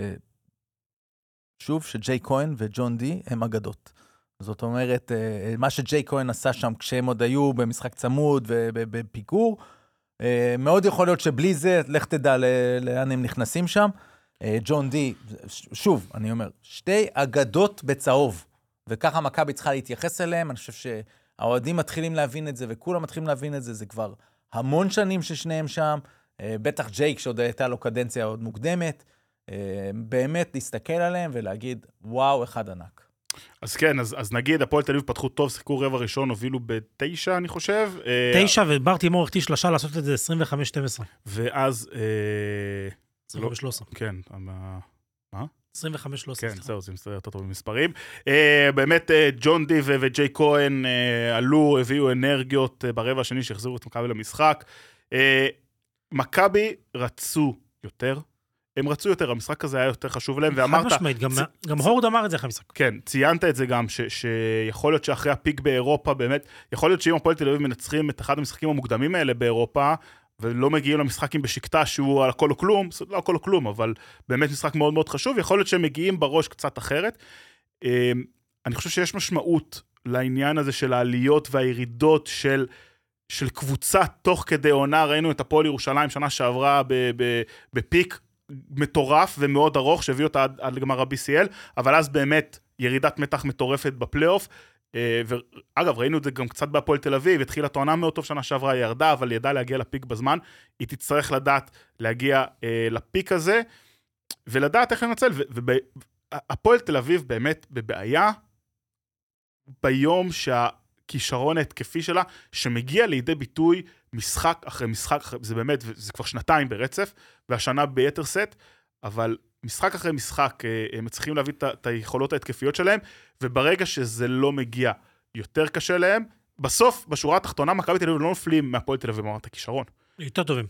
שוב, שג'יי כהן וג'ון די הם אגדות. זאת אומרת, מה שג'יי כהן עשה שם כשהם עוד היו במשחק צמוד ובפיגור, מאוד יכול להיות שבלי זה, לך תדע לאן הם נכנסים שם. ג'ון די, שוב, אני אומר, שתי אגדות בצהוב, וככה מכבי צריכה להתייחס אליהם. אני חושב שהאוהדים מתחילים להבין את זה, וכולם מתחילים להבין את זה, זה כבר המון שנים ששניהם שם, בטח ג'ייק שעוד הייתה לו קדנציה עוד מוקדמת, באמת להסתכל עליהם ולהגיד, וואו, אחד ענק. אז כן, אז נגיד, הפועל תל אביב פתחו טוב, שיחקו רבע ראשון, הובילו ב9, אני חושב. 9, ובר תימור החטיא שלושה לעשות את זה 25-12. ואז 25-13. כן, מה? 25-13. כן, זהו, זה מסתדר יותר טוב במספרים. באמת, ג'ון די וג'יי כהן עלו, הביאו אנרגיות ברבע השני שהחזירו את מכבי למשחק. מכבי רצו יותר. הם רצו יותר, המשחק הזה היה יותר חשוב להם, ואמרת... חד משמעית, גם הורד אמר את זה אחרי המשחק. כן, ציינת את זה גם, שיכול להיות שאחרי הפיק באירופה, באמת, יכול להיות שאם הפועל תל אביב מנצחים את אחד המשחקים המוקדמים האלה באירופה, ולא מגיעים למשחקים בשקטה שהוא על הכל או כלום, לא הכל או כלום, אבל באמת משחק מאוד מאוד חשוב, יכול להיות שהם מגיעים בראש קצת אחרת. אני חושב שיש משמעות לעניין הזה של העליות והירידות של קבוצה תוך כדי עונה, ראינו את הפועל ירושלים שנה שעברה בפיק מטורף ומאוד ארוך, שהביא אותה עד לגמר ה-BCL, אבל אז באמת ירידת מתח מטורפת בפלייאוף, ואגב, ראינו את זה גם קצת בהפועל תל אביב, התחילה תואנה מאוד טוב שנה שעברה, ירדה, אבל ידעה להגיע לפיק בזמן, היא תצטרך לדעת להגיע לפיק הזה, ולדעת איך לנצל, והפועל תל אביב באמת בבעיה, ביום שהכישרון ההתקפי שלה, שמגיע לידי ביטוי משחק אחרי משחק, זה באמת, זה כבר שנתיים ברצף, והשנה ביתר סט, אבל משחק אחרי משחק, הם צריכים להביא את היכולות ההתקפיות שלהם, וברגע שזה לא מגיע, יותר קשה להם. בסוף, בשורה התחתונה, מכבי תל אביב לא נופלים מהפועל תל אביב במרמת הכישרון. יותר טובים.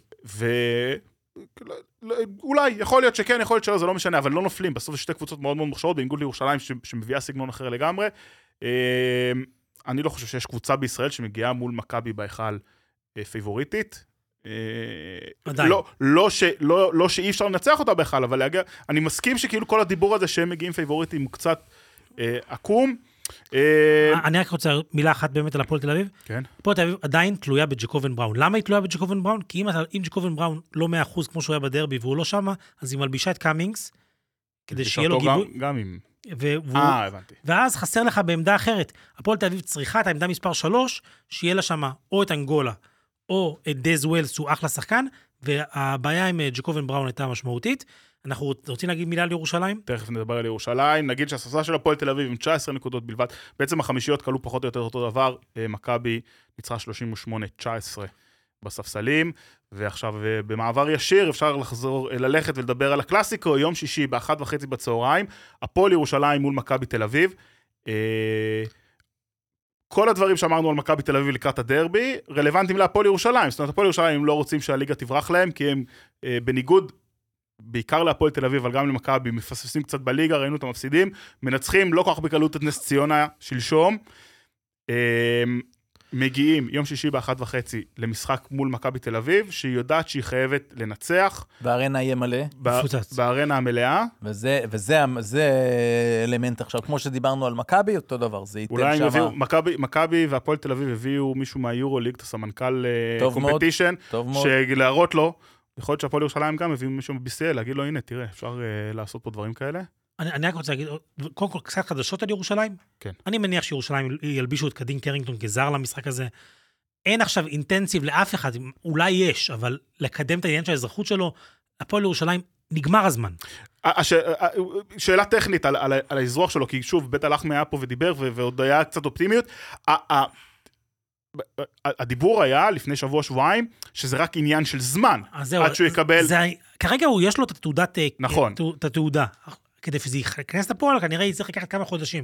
אולי, יכול להיות שכן, יכול להיות שלא, זה לא משנה, אבל לא נופלים. בסוף זה שתי קבוצות מאוד מאוד מוכשרות, בניגוד לירושלים, שמביאה סגנון אחר לגמרי. אני לא חושב שיש קבוצה בישראל שמגיעה מול מכבי בהיכל פייבוריטית. עדיין. לא שאי אפשר לנצח אותה בהיכל, אבל אני מסכים שכאילו כל הדיבור הזה שהם מגיעים פייבוריטים הוא קצת עקום. אני רק רוצה מילה אחת באמת על הפועל תל אביב. כן. הפועל תל אביב עדיין תלויה בג'קובן בראון. למה היא תלויה בג'קובן בראון? כי אם ג'קובן בראון לא 100% כמו שהוא היה בדרבי והוא לא שמה, אז היא מלבישה את קאמינגס, כדי שיהיה לו גיבוי. גם עם... הבנתי. ואז חסר לך בעמדה אחרת. הפועל תל אביב צריכה את העמדה מספר 3, שיהיה לה שמה או את אנגולה, או את דז ווילס, שהוא אחלה שחקן, והבעיה עם ג'קובן בראון הייתה משמעותית. אנחנו רוצים להגיד מילה על ירושלים? תכף נדבר על ירושלים. נגיד שהספסל של הפועל תל אביב עם 19 נקודות בלבד. בעצם החמישיות קלו פחות או יותר אותו דבר. מכבי ניצחה 38-19 בספסלים. ועכשיו במעבר ישיר אפשר ללכת ולדבר על הקלאסיקו. יום שישי ב1:30 בצהריים. הפועל ירושלים מול מכבי תל אביב. כל הדברים שאמרנו על מכבי תל אביב לקראת הדרבי, רלוונטיים להפועל ירושלים. זאת אומרת, הפועל ירושלים לא רוצים שהליגה תברח להם, כי הם בניגוד, בעיקר להפועל תל אביב, אבל גם למכבי, מפספסים קצת בליגה, ראינו אותם מפסידים, מנצחים לא כל כך בקלות את נס ציונה שלשום, מגיעים יום שישי ב1:30 למשחק מול מכבי תל אביב, שהיא יודעת שהיא חייבת לנצח. בארנה יהיה מלא. בארנה המלאה. וזה אלמנט עכשיו, כמו שדיברנו על מכבי, אותו דבר, זה ייתן אולי שם... הביאו, מכבי והפועל תל אביב הביאו מישהו מהיורו-ליג, את הסמנכ"ל קומפטישן, שלהראות לו, יכול להיות שהפועל ירושלים גם הביאו מישהו ב-BCL, להגיד לו, הנה, תראה, אפשר לעשות פה דברים כאלה. אני רק רוצה להגיד, קודם כל, קצת חדשות על ירושלים. כן. אני מניח שירושלים ילבישו את קדין קרינגטון כזר למשחק הזה. אין עכשיו אינטנסיב לאף אחד, אולי יש, אבל לקדם את העניין של האזרחות שלו, הפועל ירושלים, נגמר הזמן. שאלה טכנית על האזרוח שלו, כי שוב, בית הלחמי היה פה ודיבר, ועוד היה קצת אופטימיות. הדיבור היה לפני שבוע-שבועיים, שזה רק עניין של זמן, עד שהוא יקבל... כרגע יש לו את התעודת... נכון. את התעודה. כדי שזה ייכנס לפועל, כנראה יצטרך לקחת כמה חודשים.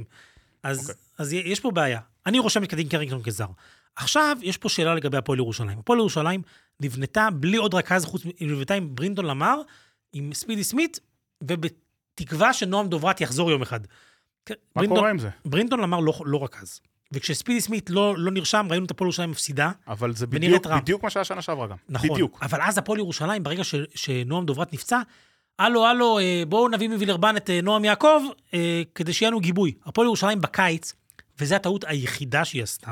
אז יש פה בעיה. אני רושם את קדין קרינגטון כזר. עכשיו, יש פה שאלה לגבי הפועל ירושלים. הפועל ירושלים נבנתה בלי עוד רכז חוץ, נבנתה עם ברינדון למר, עם ספידי סמית, ובתקווה שנועם דוברת יחזור יום אחד. מה קורה עם זה? ברינדון למר לא רכז. וכשספידי סמית לא נרשם, ראינו את הפועל ירושלים מפסידה. אבל זה בדיוק מה שהיה שנה שעברה גם. נכון. בדיוק. אבל אז הפועל ירושלים, ברגע שנועם דוברת נפצע, הלו, בואו נביא מווילרבן את נועם יעקב, כדי שיהיה לנו גיבוי. הפועל ירושלים בקיץ, וזו הטעות היחידה שהיא עשתה,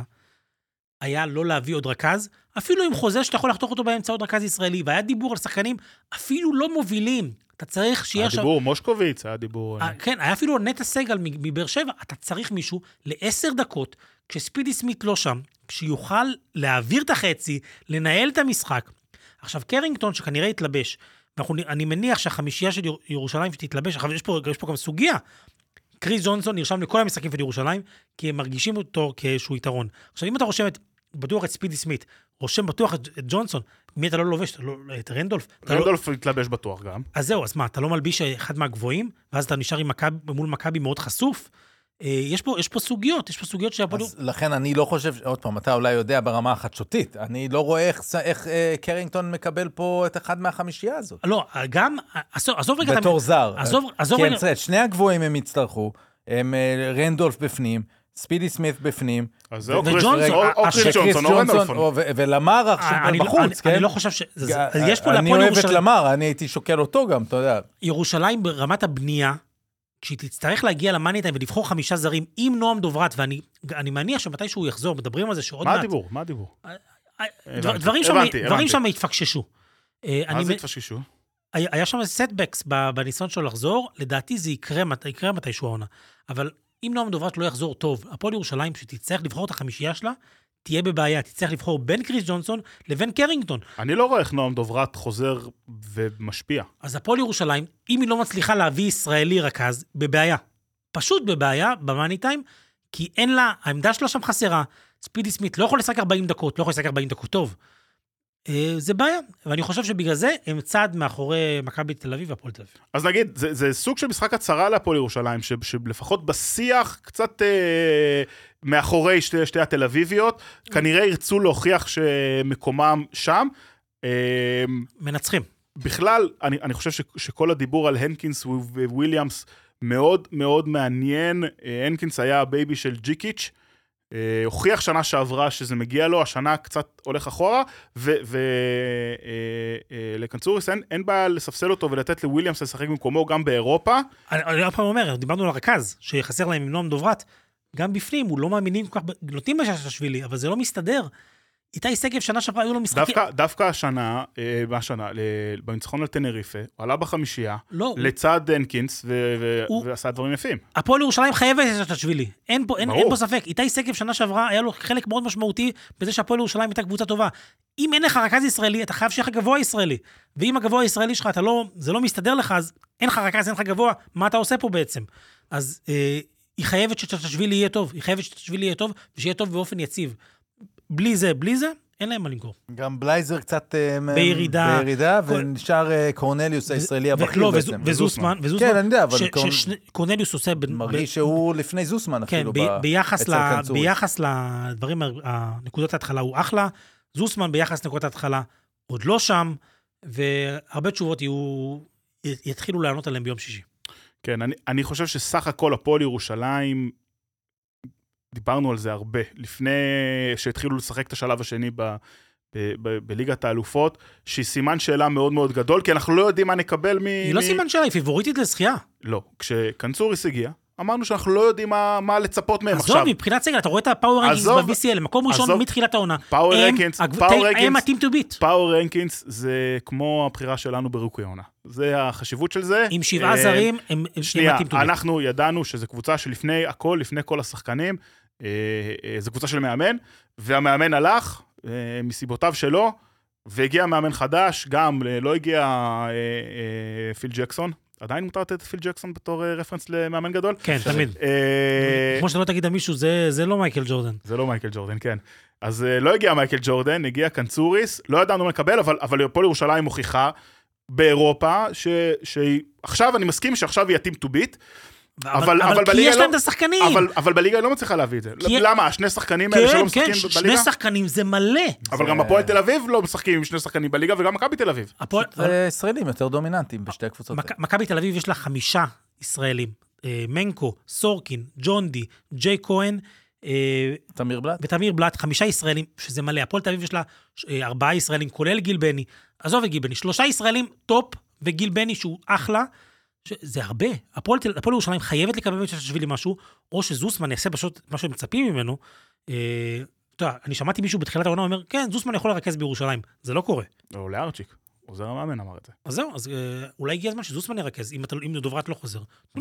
היה לא להביא עוד רכז, אפילו עם חוזה שאתה יכול לחתוך אותו באמצע עוד רכז ישראלי, והיה דיבור על שחקנים אפילו לא מובילים. אתה צריך שיהיה היה דיבור, מושקוביץ, היה דיבור... כן, היה אפילו נטע סגל מבאר שבע, אתה צריך מישהו ל10 דקות, כשספידי סמית לא שם, שיוכל להעביר את החצי, לנהל את המשחק. עכשיו, קרינגטון שכנראה יתלבש, אני מניח שהחמישייה של ירושלים שתתלבש, יש פה גם סוגיה. קריס ג'ונסון נרשם לכל המשחקים של ירושלים, כי הם מרגישים אותו כאיזשהו יתרון. עכשיו, אם אתה רושם בטוח את ספידי סמית, רושם בטוח את ג'ונסון, מי אתה לא לובש? את רנדולף? רנדולף יתלבש בטוח גם. אז זהו, אז מה, אתה לא מלביש אחד מהגבוהים, ואז אתה נשאר מול מכבי מאוד חשוף? יש פה סוגיות, אז לכן אני לא חושב, עוד פעם, אתה אולי יודע ברמה החדשותית, אני לא רואה איך קרינגטון מקבל פה את אחד מהחמישייה הזאת. לא, גם, עזוב רגע... בתור זר. עזוב רגע... כי שני הגבוהים הם יצטרכו, הם רנדולף בפנים, ספידי סמית בפנים, אז זה או קריס ג'ונסון או רנדולף. ולמר עכשיו בחוץ, כן? אני לא חושב ש... אני אוהב את למר, אני הייתי שוקל אותו גם, אתה יודע. ירושלים ברמת הבנייה, כשהיא תצטרך להגיע למאניטיים ולבחור 5 זרים עם נועם דוברת, ואני מניח שמתי שהוא יחזור, מדברים על זה שעוד מעט... מה הדיבור? דברים שם התפקששו. מה זה התפקששו? היה שם סטבקס בניסיון שלו לחזור, לדעתי זה יקרה מתישהו העונה. אבל אם נועם דוברת לא יחזור טוב, הפועל ירושלים שתצטרך לבחור את החמישייה שלה, תהיה בבעיה, תצטרך לבחור בין קריס ג'ונסון לבין קרינגטון. אני לא רואה איך נועם דוברת חוזר ומשפיע. אז הפועל ירושלים, אם היא לא מצליחה להביא ישראלי רכז, בבעיה. פשוט בבעיה, במאני טיים, כי אין לה, העמדה שלה שם חסרה. ספידי סמית לא יכול לשחק 40 דקות, לא יכול לשחק 40 דקות טוב. זה בעיה, ואני חושב שבגלל זה הם צעד מאחורי מכבי תל אביב והפועל תל אביב. אז נגיד, זה סוג של משחק הצהרה להפועל ירושלים, שלפחות בשיח קצת מאחורי שתי התל אביביות, כנראה ירצו להוכיח שמקומם שם. מנצחים. בכלל, אני חושב שכל הדיבור על הנקינס וויליאמס מאוד מאוד מעניין. הנקינס היה הבייבי של ג'יקיץ', הוכיח שנה שעברה שזה מגיע לו, השנה קצת הולך אחורה, ולקנצוריס אין בעיה לספסל אותו ולתת לוויליאמס לשחק במקומו גם באירופה. אני עוד פעם אומר, דיברנו על הרכז, שחסר להם עם נועם דוברת, גם בפנים, הוא לא מאמינים כל כך, נותנים בשבילי, אבל זה לא מסתדר. איתי שגב שנה שעברה היו לו משחקים. דווקא השנה, בניצחון על טנריפה, הוא עלה בחמישייה, לצד הנקינס, ועשה דברים יפים. הפועל ירושלים חייבת את השבילי, אין פה ספק. איתי שגב שנה שעברה, היה לו חלק מאוד משמעותי, בזה שהפועל ירושלים הייתה קבוצה טובה. אם אין לך רכז ישראלי, אתה חייב שיהיה לך גבוה ישראלי. ואם הגבוה הישראלי שלך, זה לא מסתדר לך, אז אין לך רכז, אין לך גבוה, מה אתה עושה פה בעצם? אז היא חייבת שתשבילי יהיה טוב, ושיהיה טוב באופן יציב. בלי זה, אין להם מה למכור. גם בלייזר קצת בירידה, ונשאר קורנליוס הישראלי הבכיר בעצם. וזוסמן. כן, אני יודע, אבל קורנליוס עושה... מרגיש שהוא לפני זוסמן אפילו. כן, ביחס לדברים, נקודות ההתחלה הוא אחלה, זוסמן ביחס לנקודות ההתחלה עוד לא שם, והרבה תשובות יתחילו לענות עליהם ביום שישי. כן, אני חושב שסך הכל הפועל ירושלים... דיברנו על זה הרבה, לפני שהתחילו לשחק את השלב השני בליגת האלופות, שהיא סימן שאלה מאוד מאוד גדול, כי אנחנו לא יודעים מה נקבל היא לא סימן שאלה, היא פיבוריטית לזכייה. לא, כשקנצוריס הגיע, אמרנו שאנחנו לא יודעים מה לצפות מהם עכשיו. עזוב, מבחינת סגל, אתה רואה את הפאור רנקינס ב-BCL, מקום ראשון מתחילת העונה. הם ה-team to beat. פאור רנקינס זה כמו הבחירה שלנו ברוקי העונה. זה החשיבות של זה. עם 7 זרים, הם שנייה, ה-team to beat. אנחנו ידענו שזו קבוצה שלפני הכל, לפני כל השחקנים, זו קבוצה של מאמן, והמאמן הלך מסיבותיו שלו, והגיע מאמן חדש, גם לא הגיע פיל ג'קסון, עדיין מותר לתת את פיל ג'קסון בתור רפרנס למאמן גדול? כן, תמיד. כמו שאתה לא תגיד על מישהו, זה לא מייקל ג'ורדן. זה לא מייקל ג'ורדן, כן. אז לא הגיע מייקל ג'ורדן, הגיע קנצוריס, לא ידענו לקבל, אבל הפועל ירושלים מוכיחה באירופה, שעכשיו אני מסכים שעכשיו היא ה-team to beat, אבל כי יש להם את השחקנים. אבל בליגה היא לא מצליחה להביא את זה. למה? שני שחקנים האלה שלא משחקים בליגה? כן, שני שחקנים זה מלא. אבל גם הפועל תל אביב לא משחקים עם שני שחקנים בליגה, וגם מכבי תל אביב. ישראלים יותר דומיננטיים בשתי הקבוצות. מכבי תל אביב יש לה 5 ישראלים. מנקו, סורקין, ג'ונדי, ג'יי כהן, ותמיר בלט, 5 ישראלים, שזה מלא. הפועל תל אביב יש לה 4 ישראלים, כולל גיל בני. עזוב את גיל בני, 3 ישראלים טופ, וגיל בני שהוא אחלה. זה הרבה. הפועל ירושלים חייבת לקבל בשבילי משהו, או שזוסמן יעשה פשוט מה שהם מצפים ממנו. אני שמעתי מישהו בתחילת העונה אומר, כן, זוסמן יכול לרכז בירושלים. זה לא קורה. לא, לארצ'יק. עוזר המאמן אמר את זה. אז זהו, אז אולי הגיע הזמן שזוסמן ירכז, אם דוברת לא חוזר.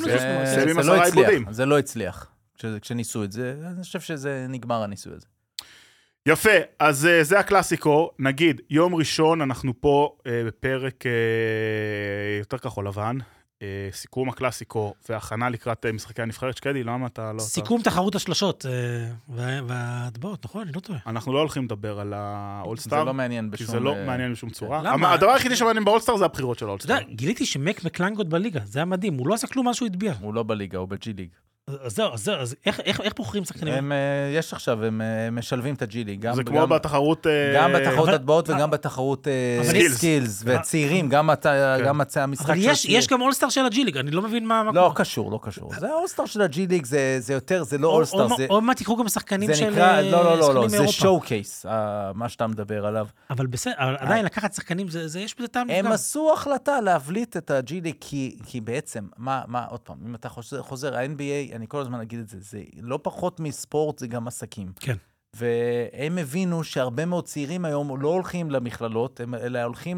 זה לא הצליח. כשניסו את זה, אני חושב שזה נגמר הניסוי הזה. יפה, אז זה הקלאסיקו. נגיד, יום ראשון אנחנו פה בפרק יותר כחול לבן, סיכום הקלאסיקו והכנה לקראת משחקי הנבחרת. שקדי, למה אתה לא... סיכום תחרות השלשות וההטבעות, נכון? אני לא טועה. אנחנו לא הולכים לדבר על האולסטאר. זה לא מעניין בשום... זה לא מעניין בשום צורה. הדבר היחידי שמעניין באולסטאר זה הבחירות של האולסטאר. גיליתי שמק מקלנגות בליגה, זה היה מדהים, הוא לא עשה כלום מה שהוא התביע. הוא לא בליגה, הוא בג'י ליג. אז איך בוחרים שחקנים? יש עכשיו, הם משלבים את הג'י ליג. זה כמו בתחרות... גם בתחרות הטבעות וגם בתחרות סקילס, והצעירים, גם המשחק של... אבל יש גם אולסטאר של הג'י ליג, אני לא מבין מה... לא קשור, לא קשור. זה האולסטאר של הג'י ליג, זה יותר, זה לא אולסטאר. או מה תיקחו גם שחקנים של... לא, זה שואו-קייס, מה שאתה מדבר עליו. אבל בסדר, עדיין לקחת שחקנים, יש בזה טעם הם עשו החלטה להבליט את הג'י ליג, כי בעצם, עוד פעם, אם אתה חוזר, ה-NBA, אני כל הזמן אגיד את זה, זה לא פחות מספורט, זה גם עסקים. כן. והם הבינו שהרבה מאוד צעירים היום לא הולכים למכללות, אלא הולכים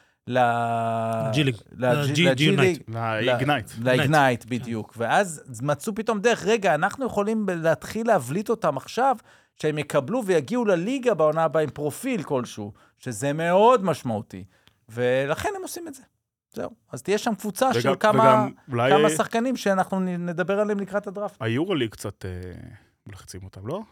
לאיגנייט, בדיוק. ואז מצאו פתאום דרך, רגע, אנחנו יכולים להתחיל להבליט אותם עכשיו, שהם יקבלו ויגיעו לליגה בעונה הבאה עם פרופיל כלשהו, שזה מאוד משמעותי. ולכן הם עושים את זה. זהו. אז תהיה שם קבוצה של כמה שחקנים שאנחנו נדבר עליהם לקראת הדראפט. היורוליג קצת מלחצים אותם, לא?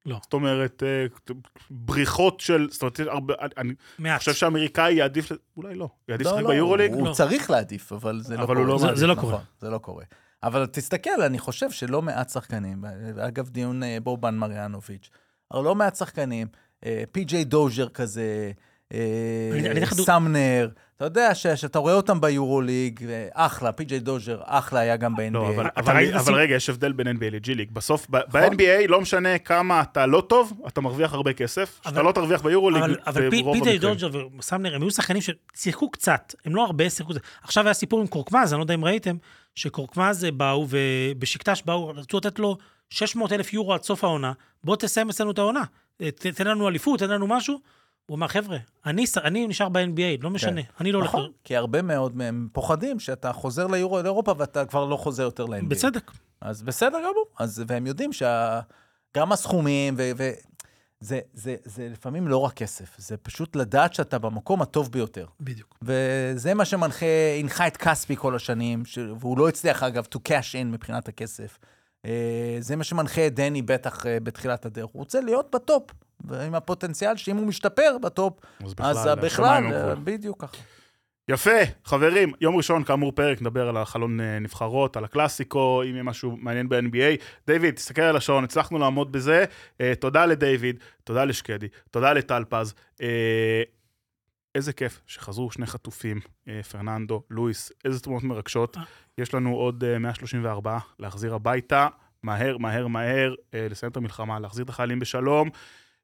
לא. זאת אומרת, בריחות של, זאת אומרת, אני חושב שהאמריקאי יעדיף, אולי לא, יעדיף לשחק ביורוליג. הוא צריך להעדיף, אבל זה לא קורה. זה לא קורה. זה לא קורה. אבל תסתכל, אני חושב שלא מעט שחקנים, אגב דיון בובן מריאנוביץ', אבל לא מעט שחקנים, פי.ג'יי דוז'ר כזה, סמנר, אתה יודע שאתה רואה אותם ביורוליג, אחלה, פי.ג'יי דוז'ר, אחלה היה גם ב-NBA. אבל רגע, יש הבדל בין NBA לג'י-ליג. בסוף, ב-NBA לא משנה כמה אתה לא טוב, אתה מרוויח הרבה כסף, שאתה לא תרוויח ביורוליג. אבל פי.ג'יי דוז'ר וסמנר, הם היו שחקנים ששיחקו קצת, הם לא הרבה שיחקו. עכשיו היה סיפור עם קורקמאז, אני לא יודע אם ראיתם, שקורקמאז באו, ובשקטש באו, רצו לתת לו 600,000 יורו עד סוף העונה, בוא תסיים אצלנו את העונה, תן לנו אליפות, תן לנו משהו. הוא אמר, חבר'ה, אני נשאר ב-NBA, לא משנה, אני לא הולך. כי הרבה מאוד מהם פוחדים שאתה חוזר לאירופה ואתה כבר לא חוזר יותר ל-NBA. בצדק. אז בסדר גמור. והם יודעים שגם הסכומים, זה לפעמים לא רק כסף, זה פשוט לדעת שאתה במקום הטוב ביותר. בדיוק. וזה מה הנחה את כספי כל השנים, והוא לא הצליח אגב to cash in מבחינת הכסף. זה מה שמנחה את דני בטח בתחילת הדרך. הוא רוצה להיות בטופ. ועם הפוטנציאל שאם הוא משתפר בטופ, אז בכלל, בדיוק ככה. יפה, חברים, יום ראשון כאמור פרק, נדבר על החלון נבחרות, על הקלאסיקו, אם יהיה משהו מעניין ב-NBA. דיוויד, תסתכל על השעון, הצלחנו לעמוד בזה. תודה לדיוויד, תודה לשקדי, תודה לטל פז. איזה כיף שחזרו שני חטופים, פרננדו, לואיס, איזה תמונות מרגשות. יש לנו עוד 134 להחזיר הביתה, מהר, לסיים את המלחמה, להחזיר את החיילים בשלום.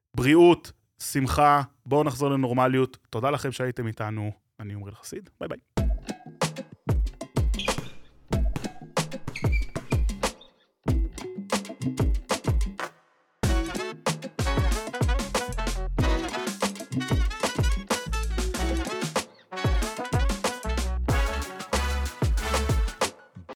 בריאות, שמחה, בואו נחזור לנורמליות. תודה לכם שהייתם איתנו. אני עומרי אלחסיד, ביי ביי.